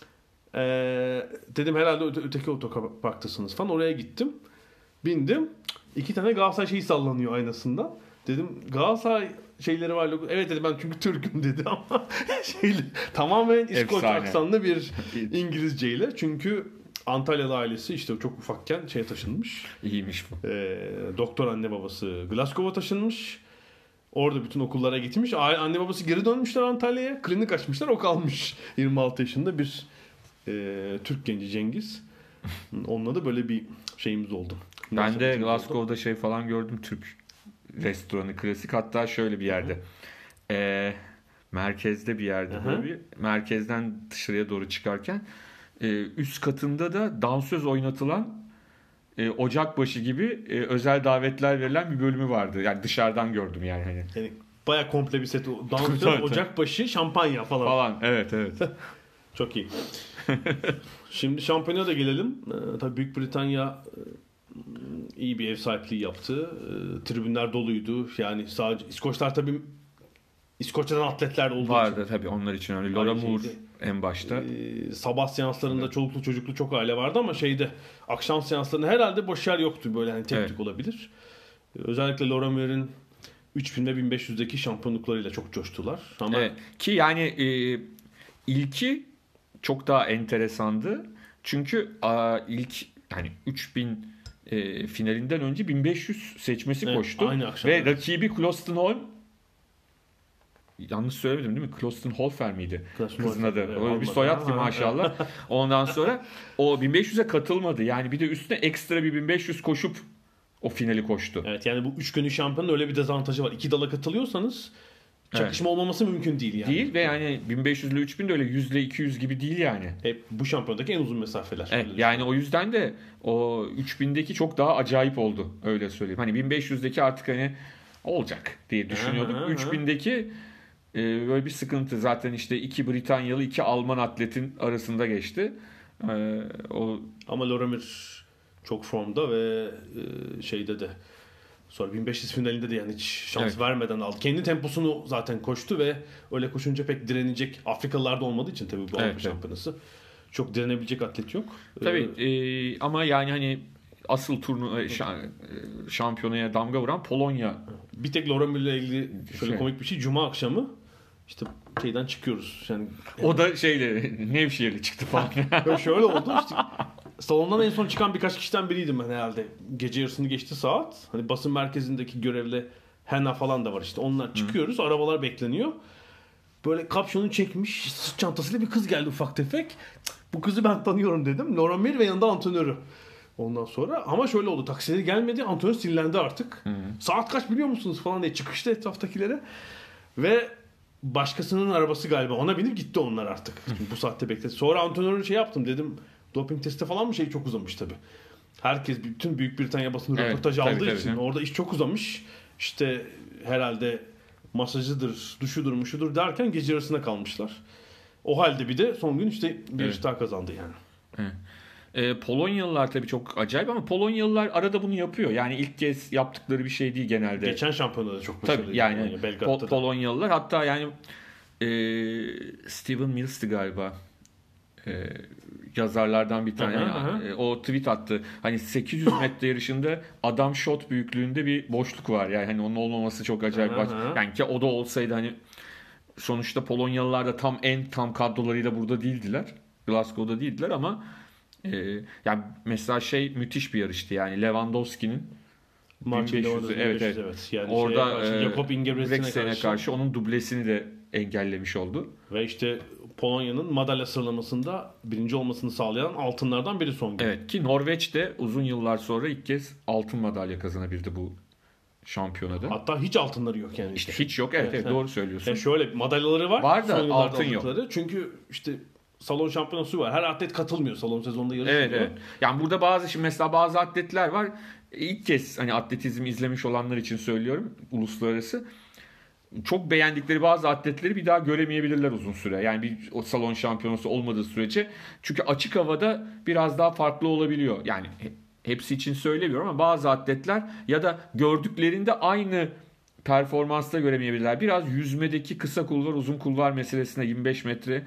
Dedim herhalde öteki otoparktasınız falan. Oraya gittim. Bindim. 2 tane Galatasaray sallanıyor aynasından. Dedim Galatasaray şeyleri var. Evet dedi, ben çünkü Türk'üm dedi, ama tamamen İskoç aksanlı bir İngilizceyle. Çünkü Antalyalı ailesi işte çok ufakken taşınmış. İyiymiş bu. Doktor anne babası Glasgow'a taşınmış. Orada bütün okullara gitmiş. Anne babası geri dönmüşler Antalya'ya. Klinik açmışlar, o kalmış. 26 yaşında bir Türk genci Cengiz. Onunla da böyle bir şeyimiz oldu. Ben de Glasgow'da falan gördüm, Türk restoranı, klasik. Hatta şöyle bir yerde. Merkezde bir yerde, böyle bir merkezden dışarıya doğru çıkarken üst katında da dansöz oynatılan Ocakbaşı gibi özel davetler verilen bir bölümü vardı. Yani dışarıdan gördüm yani. Yani bayağı komple bir set. Dansöz, Ocakbaşı, şampanya falan. Evet. Çok iyi. Şimdi şampiyona da gelelim. Tabii Büyük Britanya iyi bir ev sahipliği yaptı. Tribünler doluydu. Yani sadece İskoçlar tabii, İskoçya'dan atletler olduğu vardı için. Tabii onlar için öyle. Laura Moore en başta. Sabah seanslarında çoluklu çocuklu çok aile vardı, ama akşam seanslarında herhalde boş yer yoktu, böyle tek tük olabilir. Özellikle Laura Moore'in 3000 ve 1500'deki şampiyonluklarıyla çok coştular. Ama ki yani ilki çok daha enteresandı. Çünkü ilk 3000 finalinden önce 1500 seçmesi koştu. Aynı akşam. Ve rakibi Klosternholm, yanlış söylemedim değil mi? Klostenhofer miydi? Kızın adı. Öyle bir soyad ki maşallah. Ondan sonra o 1500'e katılmadı. Yani bir de üstüne ekstra bir 1500 koşup o finali koştu. Evet, yani bu 3 günlük şampiyonun öyle bir dezavantajı var. 2 dala katılıyorsanız çakışma olmaması mümkün değil yani. Değil ve yani 1500 ile 3000 de öyle 100 ile 200 gibi değil yani. Hep bu şampiyonadaki en uzun mesafeler. Evet, yani o yüzden de o 3000'deki çok daha acayip oldu, öyle söyleyeyim. Hani 1500'deki artık hani olacak diye düşünüyorduk. 3000'deki böyle bir sıkıntı. Zaten işte 2 Britanyalı 2 Alman atletin arasında geçti. Ama Loremir çok formda ve şeyde de sonra 1500 finalinde de yani hiç şans vermeden aldı. Kendi temposunu zaten koştu ve öyle koşunca pek direnecek Afrikalılarda olmadığı için tabii bu Avrupa Şampiyonası. Çok direnebilecek atlet yok. Tabii ama yani hani asıl şampiyonaya damga vuran Polonya. Bir tek Loremir ile ilgili şöyle komik bir şey. Cuma akşamı işte şeyden çıkıyoruz. Yani o da Nevşehirli çıktı falan. şöyle oldu işte. Salondan en son çıkan birkaç kişiden biriydim ben herhalde. Gece yarısını geçti saat. Hani basın merkezindeki görevli Hena falan da var işte. Onlar çıkıyoruz. Arabalar bekleniyor. Böyle kapşonu çekmiş, sırt çantasıyla bir kız geldi ufak tefek. Bu kızı ben tanıyorum dedim. Loremir ve yanında antrenörü. Ondan sonra ama şöyle oldu. Taksileri gelmedi. Antrenör sinirlendi artık. Saat kaç biliyor musunuz falan diye çıkıştı etraftakilere. Ve başkasının arabası galiba. Ona binip gitti onlar artık. Bu saatte bekledi. Sonra antrenörü yaptım dedim. Doping testi falan mı çok uzamış tabii. Herkes bütün Büyük Britanya basını röportaj aldığı için orada iş çok uzamış. İşte herhalde masajıdır, duşudur, muşudur derken gece yarısına kalmışlar. O halde bir de son gün işte bir yarış daha kazandı yani. Polonyalılar tabii çok acayip ama Polonyalılar arada bunu yapıyor. Yani ilk kez yaptıkları bir şey değil genelde. Geçen şampiyonada çok başarılıydı. Tabii yani Polonyalılar hatta yani Steven Mills'ti galiba. Yazarlardan bir tane o tweet attı. Hani 800 metre yarışında adam shot büyüklüğünde bir boşluk var. Yani hani onun olmaması çok acayip. Yani ki o da olsaydı hani sonuçta Polonyalılar da tam kadrolarıyla burada değildiler. Glasgow'da değildiler ama yani mesela müthiş bir yarıştı. Yani Lewandowski'nin 1500'ü evet. Yani orada Jakob Ingebrigtsen'e karşı onun dublesini de engellemiş oldu. Ve işte Polonya'nın madalya sıralamasında birinci olmasını sağlayan altınlardan biri son gün. Evet ki Norveç de uzun yıllar sonra ilk kez altın madalya kazanabildi bu şampiyonada. Hatta hiç altınları yok yani. İşte hiç yok. Evet, doğru söylüyorsun. Şöyle madalyaları var. Var da altın yok. Çünkü işte salon şampiyonası var. Her atlet katılmıyor salon sezonunda yarışmıyor. Evet. Yani burada bazı atletler var. İlk kez hani atletizm izlemiş olanlar için söylüyorum, uluslararası. Çok beğendikleri bazı atletleri bir daha göremeyebilirler uzun süre. Yani bir o salon şampiyonası olmadığı sürece. Çünkü açık havada biraz daha farklı olabiliyor. Yani hepsi için söylemiyorum ama bazı atletler ya da gördüklerinde aynı performansta göremeyebilirler. Biraz yüzmedeki kısa kulvar, uzun kulvar meselesine 25 metre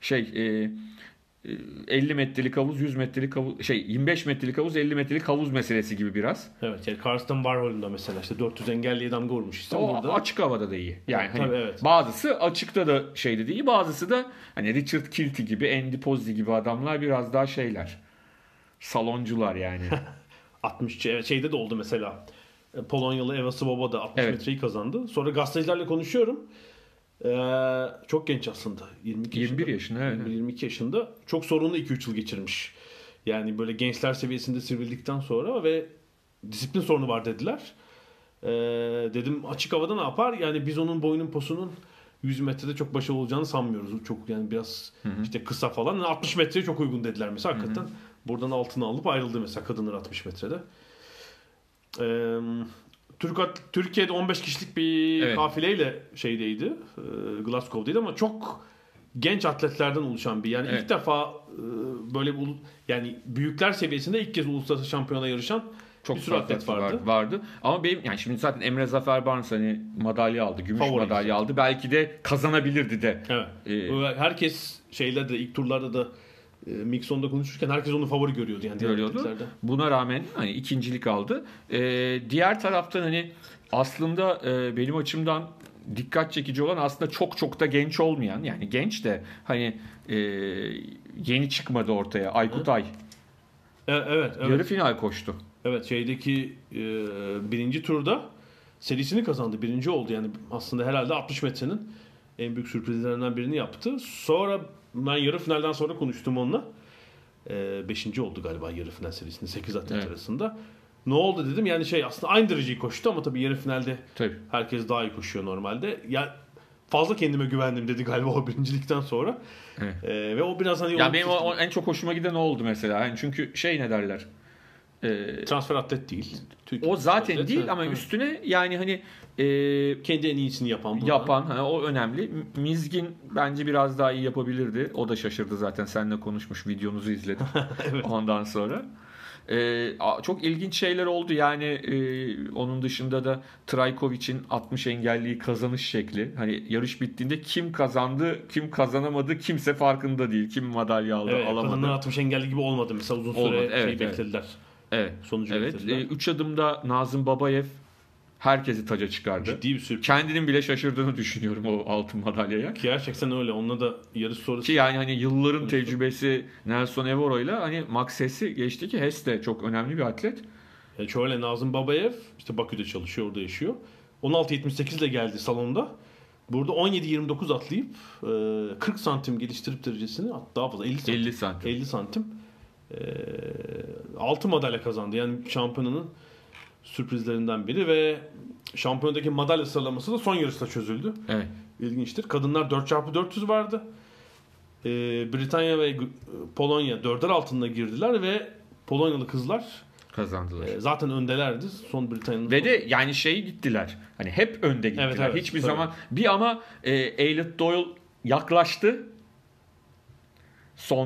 50 metrelik havuz, 100 metrelik havuz, 25 metrelik havuz, 50 metrelik havuz meselesi gibi biraz. Evet, yani Karsten Warhol'un mesela işte 400 engelliye damga vurmuş işte o burada. Açık havada da iyi. Yani evet, tabii, evet. Bazısı açıkta da de iyi, bazısı da hani Richard Kilty gibi, Andy Pozzi gibi adamlar biraz daha saloncular yani. 60 şeyde de oldu mesela. Polonyalı Eva Svoboda da 60 metreyi kazandı. Sonra gazetecilerle konuşuyorum. Çok genç aslında. 21 yaşında. 22 yaşında. Çok sorunlu 2-3 yıl geçirmiş. Yani böyle gençler seviyesinde sivrildikten sonra ve disiplin sorunu var dediler. Dedim açık havada ne yapar? Yani biz onun boyunun posunun 100 metrede çok başarılı olacağını sanmıyoruz. Çok yani biraz işte kısa falan. 60 metreye çok uygun dediler mesela. Hakikaten buradan altına alıp ayrıldı mesela kadınlar 60 metrede. Türkiye'de 15 kişilik bir kafileyle Glasgow'daydı ama çok genç atletlerden oluşan bir ilk defa böyle yani büyükler seviyesinde ilk kez uluslararası şampiyona yarışan çok bir sürü atlet vardı. Ama benim yani şimdi zaten Emre Zafer Barnes hani madalya aldı, gümüş madalya aldı. Belki de kazanabilirdi de. Evet. Herkes de ilk turlarda da Mixon'da konuşurken herkes onu favori görüyordu yani görüyordu. Buna rağmen hani ikincilik aldı. Diğer taraftan hani aslında benim açımdan dikkat çekici olan aslında çok da genç olmayan, yani genç de hani yeni çıkmadı ortaya, Aykut Ay. Evet. Yarı final koştu. Evet, birinci turda serisini kazandı. Birinci oldu yani aslında herhalde 60 metrenin en büyük sürprizlerinden birini yaptı. Sonra ben yarı finalden sonra konuştum onunla. 5. oldu galiba yarı final serisinde 8 atlet arasında. Ne oldu dedim. Yani aslında aynı dereceyi koştu ama tabii yarı finalde herkes daha iyi koşuyor normalde. Ya fazla kendime güvendim dedi galiba o birincilikten sonra. Evet. Ve o biraz hani... Ya benim en çok hoşuma giden oldu mesela. Yani çünkü ne derler? Transfer atlet değil. O zaten atlet, değil ama üstüne yani hani kendi en iyisini yapan. Hani o önemli. Mizgin bence biraz daha iyi yapabilirdi. O da şaşırdı zaten. Seninle konuşmuş, videonuzu izledim. Evet. Ondan sonra. Çok ilginç şeyler oldu. Yani onun dışında da Trajkovic'in 60 engelliyi kazanış şekli. Hani yarış bittiğinde kim kazandı, kim kazanamadı kimse farkında değil. Kim madalya aldı, alamadı. Kadınlar 60 engelli gibi olmadı. Mesela uzun süre beklediler. Evet. Sonucu beklediler. 3 adımda Nazım Babayev herkesi taca çıkardı. Ciddi bir sürpriz. Kendinin bile şaşırdığını düşünüyorum o altın madalyaya. Gerçekten öyle. Onunla da yarış sonrası. Ki yani hani yılların tecrübesi Nelson Evoro'yla hani Max Hess'i geçti ki Hess de çok önemli bir atlet. Şöyle Nazım Babayev işte Bakü'de çalışıyor, orada yaşıyor. 16.78 ile geldi salonda. Burada 17.29 atlayıp 40 santim geliştirip derecesini daha fazla 50 santim 6 madalya kazandı. Yani şampiyonanın sürprizlerinden biri ve şampiyonadaki madalya sıralaması da son yarışta çözüldü. Evet. İlginçtir. Kadınlar 4x400 vardı. Britanya ve Polonya 4'er altında girdiler ve Polonyalı kızlar kazandılar. Zaten öndelerdi. Son Britanya'nın ve de yani gittiler. Hani hep önde gittiler. Evet, hiçbir zaman ama Eilidh Doyle yaklaştı. Son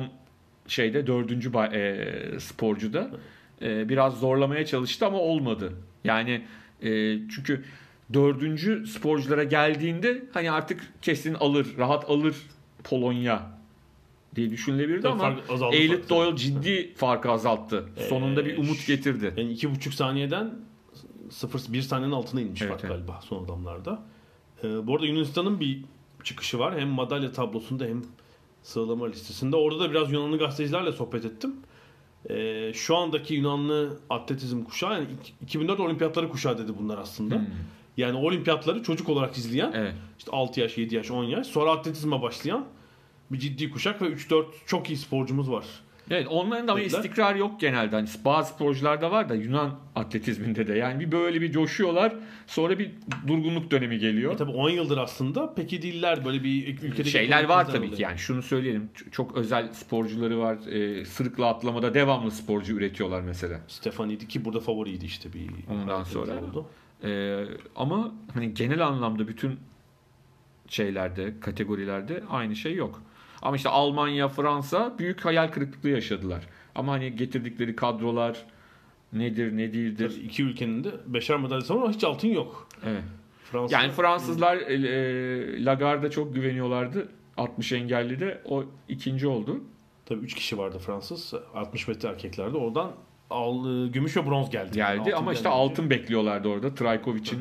4. sporcuda biraz zorlamaya çalıştı ama olmadı. Yani çünkü 4. sporculara geldiğinde hani artık kesin rahat alır Polonya diye düşünülebilirdi ama Eilidh Doyle ciddi farkı azalttı. Sonunda bir umut getirdi. Yani 2,5 saniyeden 0,1 saniyenin altına inmiş fark galiba son adamlarda. Bu arada Yunanistan'ın bir çıkışı var. Hem madalya tablosunda hem sıralama listesinde. Orada da biraz Yunanlı gazetecilerle sohbet ettim. Şu andaki Yunanlı atletizm kuşağı yani 2004 olimpiyatları kuşağı dedi bunlar aslında. Yani olimpiyatları çocuk olarak izleyen işte 6 yaş, 7 yaş, 10 yaş sonra atletizme başlayan bir ciddi kuşak ve 3-4 çok iyi sporcumuz var. Evet, onların da ama istikrar yok genelde. Hani bazı sporcularda var da Yunan atletizminde de. Yani böyle bir coşuyorlar. Sonra bir durgunluk dönemi geliyor. Tabii 10 yıldır aslında peki değiller. Böyle bir ülkede şeyler var tabii ki. Yani şunu söyleyelim. Çok özel sporcuları var. Sırıkla atlamada devamlı sporcu üretiyorlar mesela. Stefanidi ki burada favoriydi işte bir. Ondan sonra oldu. Ama hani genel anlamda bütün kategorilerde aynı şey yok. Ama işte Almanya, Fransa büyük hayal kırıklığı yaşadılar. Ama hani getirdikleri kadrolar nedir, ne değildir. Tabii iki ülkenin de 5'er madalyası var ama hiç altın yok. Evet. Yani Fransızlar Lagarde'a çok güveniyorlardı. 60 engelli de o ikinci oldu. Tabii 3 kişi vardı Fransız. 60 metre erkeklerde. Oradan gümüş ve bronz geldi. Yani ama işte altın bekliyorlardı orada. Trajkovic'in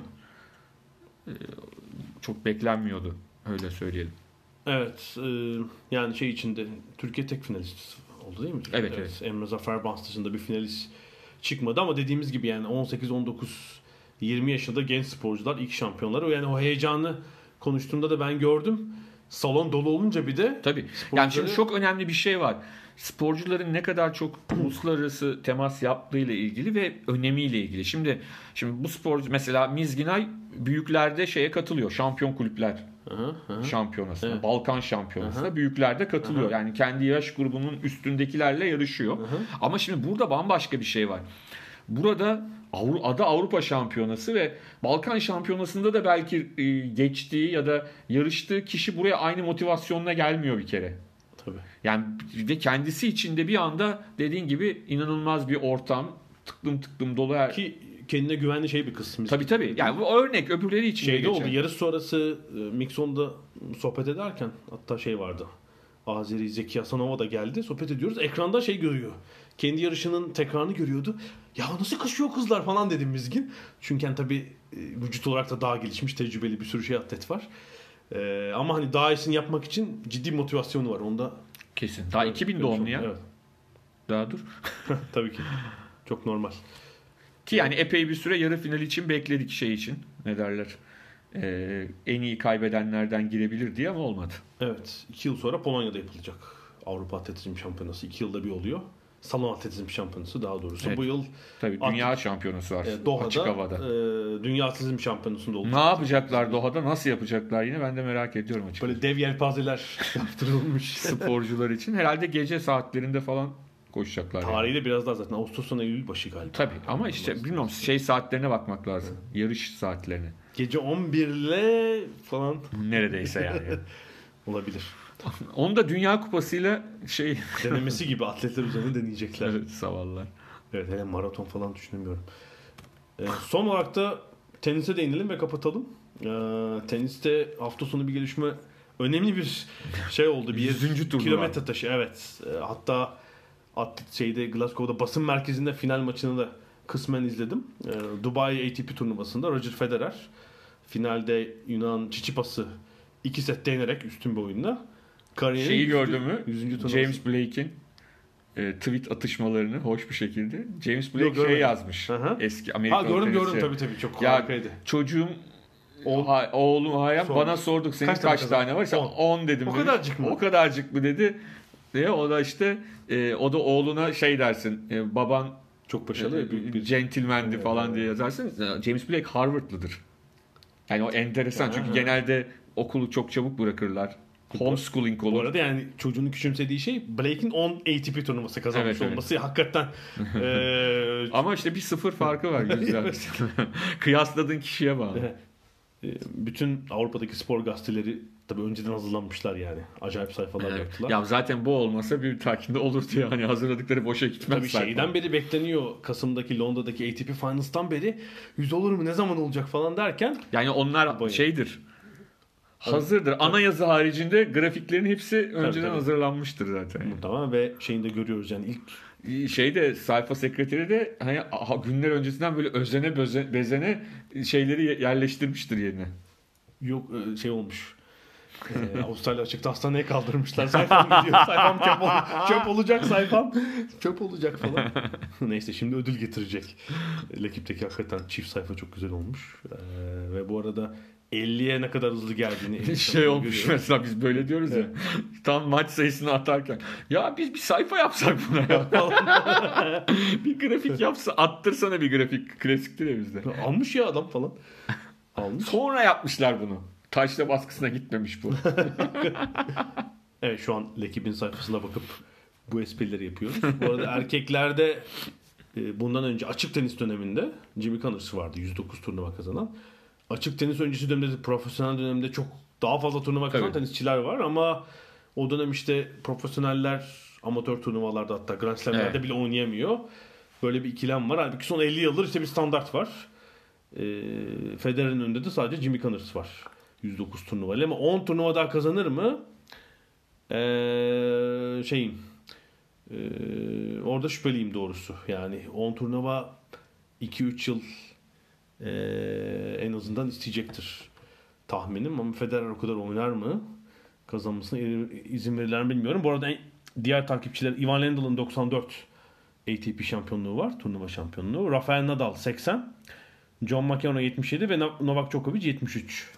çok beklenmiyordu. Öyle söyleyelim. Evet. Yani içinde Türkiye tek finalist oldu değil mi? Evet. Emre Zafer Bans dışında bir finalist çıkmadı ama dediğimiz gibi yani 18, 19, 20 yaşında genç sporcular ilk şampiyonları. Yani o heyecanı konuştuğumda da ben gördüm. Salon dolu olunca bir de tabii. Yani şimdi çok önemli bir şey var. Sporcuların ne kadar çok uluslararası temas yaptığıyla ilgili ve önemiyle ilgili. Şimdi bu sporcu mesela Mizginay büyüklerde katılıyor. Şampiyon kulüpler şampiyonasına, evet. Balkan şampiyonasına büyüklerde katılıyor. Yani kendi yaş grubunun üstündekilerle yarışıyor. Ama şimdi burada bambaşka bir şey var. Burada adı Avrupa Şampiyonası ve Balkan Şampiyonası'nda da belki geçtiği ya da yarıştığı kişi buraya aynı motivasyonla gelmiyor bir kere. Tabii. Yani ve kendisi için de bir anda dediğin gibi inanılmaz bir ortam, tıklım dolu ki kendine güvenli bir kız. Tabii. Yani bu örnek öbürleri için de oldu. Yarış sonrası Mikson'da sohbet ederken hatta vardı. Azeri Zeki Hasanova da geldi. Sohbet ediyoruz. Ekranda görüyor. Kendi yarışının tekrarını görüyordu. Ya nasıl koşuyor kızlar falan dedim Mizgin. Çünkü tabii vücut olarak da daha gelişmiş, tecrübeli bir sürü atlet var. Ama hani daha iyisini yapmak için ciddi motivasyonu var. Onda kesin. Daha 2000 doğumlu ya. Evet. Daha dur. Tabii ki. Çok normal. Ki yani epey bir süre yarı final için bekledik için. Ne derler? En iyi kaybedenlerden girebilir diye ama olmadı. Evet. 2 yıl sonra Polonya'da yapılacak. Avrupa Atletizm Şampiyonası. 2 yılda bir oluyor. salon atletizm şampiyonası daha doğrusu. Evet. Bu yıl Tabii dünya şampiyonası var. Açık havada. Doha'da dünya atletizm şampiyonasında oldu. Ne yapacaklar Doha'da? Nasıl yapacaklar yine? Ben de merak ediyorum açıkçası. Böyle dev yelpazeler yaptırılmış. Sporcular için. Herhalde gece saatlerinde falan koşacaklar. Tarihi de biraz daha zaten Ağustos'tan Eylül başı galiba. Tabii ama işte bilmiyorum saatlerine bakmak lazım. Yarış saatlerine. Gece 11'le falan Neredeyse yani. olabilir. Onu da Dünya Kupası'yla Denemesi gibi atletler üzerine deneyecekler. Evet, savallar. Evet, hele maraton falan düşünemiyorum. Son olarak da tenise değinelim ve kapatalım. Teniste hafta sonu bir gelişme, önemli bir şey oldu. Bir 100. turnuva. Kilometre taşı, evet. Hatta Glasgow'da basın merkezinde final maçını da kısmen izledim. Dubai ATP turnuvasında Roger Federer finalde Yunan Tsitsipas'ı 2 sette yenerek üstün bir oyunla Şeyi gördün mü? 100. turnuvası. James Blake'in tweet atışmalarını hoş bir şekilde. James Blake Yok, yazmış. Aha. Eski Amerikan gördüm tabii çok ya, harikaydı. Çocuğum oğlum Hayam bana sorduk senin kaç tane var? 10 dedim. O kadarcık mı? O kadarcık mı dedi. O da işte o da oğluna dersin. Baban Çok başarılı büyük bir centilmendi falan diye yazarsın. James Blake Harvard'lıdır. Yani o enteresan çünkü genelde okulu çok çabuk bırakırlar. Homeschooling olur. Bu arada yani çocuğun küçümsediği şey Blake'in 10 ATP turnuvası kazanmış olması hakikaten. Ama işte bir 0 farkı var güzel. Kıyasladığın kişiye bağlı. Bütün Avrupa'daki spor gazeteleri tabii önceden hazırlanmışlar yani. Acayip sayfalar yaptılar. Ya zaten bu olmasa bir takimde olurdu yani. Hazırladıkları boşa gitmez. Tabii şeyden beri bekleniyor. Kasım'daki Londra'daki ATP Finals'tan beri 100 olur mu ne zaman olacak falan derken. Yani onlar hazırdır. Ana yazı haricinde grafiklerin hepsi önceden hazırlanmıştır zaten. Tamam ve şeyini de görüyoruz yani ilk sayfa sekreteri de hani günler öncesinden böyle özene bezene şeyleri yerleştirmiştir yerine. Yok olmuş. Avustralya açıkta hastaneye kaldırmışlar. Sayfam gidiyor. Sayfam çöp olacak sayfam. Çöp olacak falan. Neyse şimdi ödül getirecek. L'Equipe'deki hakikaten çift sayfa çok güzel olmuş. Ve bu arada 50'ye ne kadar hızlı geldiğini olmuş görüyorum. Mesela biz böyle diyoruz ya. Tam maç sayısını atarken ya biz bir sayfa yapsak buna ya. Bir grafik yapsa attırsana bir grafik. Klasiktir ya bizde. Almış ya adam falan. Almış. Sonra yapmışlar bunu. Taşla baskısına gitmemiş bu. Evet şu an L'Equipe'in sayfasına bakıp bu esprileri yapıyoruz. Bu arada erkeklerde bundan önce açık tenis döneminde Jimmy Connors vardı. 109 turnuva kazanan. Açık tenis öncesi dönemde, profesyonel dönemde çok daha fazla turnuva kazanan tenisçiler var ama o dönem işte profesyoneller amatör turnuvalarda hatta Grand Slam'lerde bile oynayamıyor. Böyle bir ikilem var. Halbuki son 50 yıldır işte bir standart var. Federer'in önünde de sadece Jimmy Connors var. 109 turnuvayla ama 10 turnuva daha kazanır mı? Orada şüpheliyim doğrusu. Yani 10 turnuva 2-3 yıl en azından isteyecektir tahminim ama Federer o kadar oynar mı? Kazanmasına izin verirler mi bilmiyorum. Bu arada diğer takipçiler Ivan Lendl'ın 94 ATP şampiyonluğu var. Turnuva şampiyonluğu. Rafael Nadal 80. John McEnroe 77 ve Novak Djokovic 73.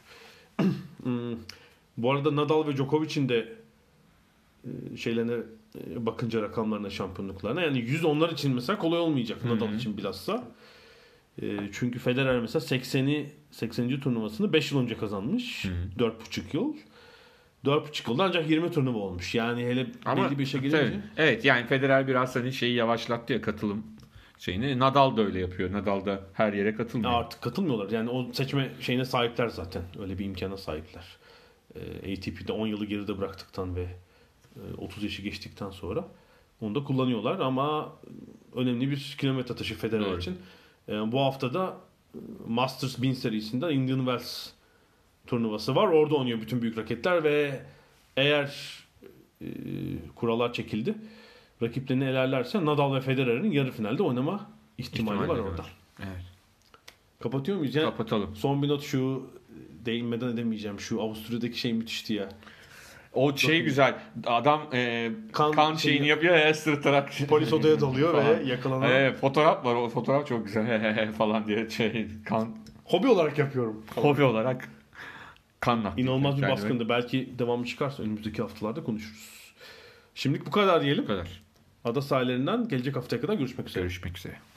Bu arada Nadal ve Djokovic'in de şeylerine bakınca rakamlarına, şampiyonluklarına yani 100 onlar için mesela kolay olmayacak. Nadal için bilhassa. Çünkü Federer mesela 80. turnuvasını 5 yıl önce kazanmış. 4,5 yıl. 4,5 yılda ancak 20 turnuva olmuş. Yani hele belli bir şey gelince. Evet yani Federer biraz şeyi yavaşlattı ya katılım şeyini. Nadal da öyle yapıyor. Nadal da her yere katılmıyor. Artık katılmıyorlar. Yani o seçme şeyine sahipler zaten. Öyle bir imkana sahipler. ATP'de 10 yılı geride bıraktıktan ve 30 yaşı geçtikten sonra onu da kullanıyorlar ama önemli bir kilometre taşı Federer için. Bu haftada Masters 1000 serisinden Indian Wells turnuvası var. Orada oynuyor bütün büyük raketler ve eğer kurallar çekildi rakiplerini elerlerse Nadal ve Federer'in yarı finalde oynama ihtimali var orada. Evet. Kapatıyor muyuz? Yani kapatalım. Son bir not şu değinmeden edemeyeceğim. Şu Avusturya'daki şey müthişti ya. O güzel. Adam kan şeyini yapıyor ya sırıtarak. Polis odaya dalıyor ve yakalanan. Fotoğraf var. O fotoğraf çok güzel falan diye kan. Hobi olarak yapıyorum. Hobi olarak kan nakli. İnanılmaz bir baskındı. Belki devamı çıkarsa önümüzdeki haftalarda konuşuruz. Şimdilik bu kadar diyelim. Bu kadar. ada sahillerinden gelecek haftaya kadar görüşmek üzere. Görüşmek üzere.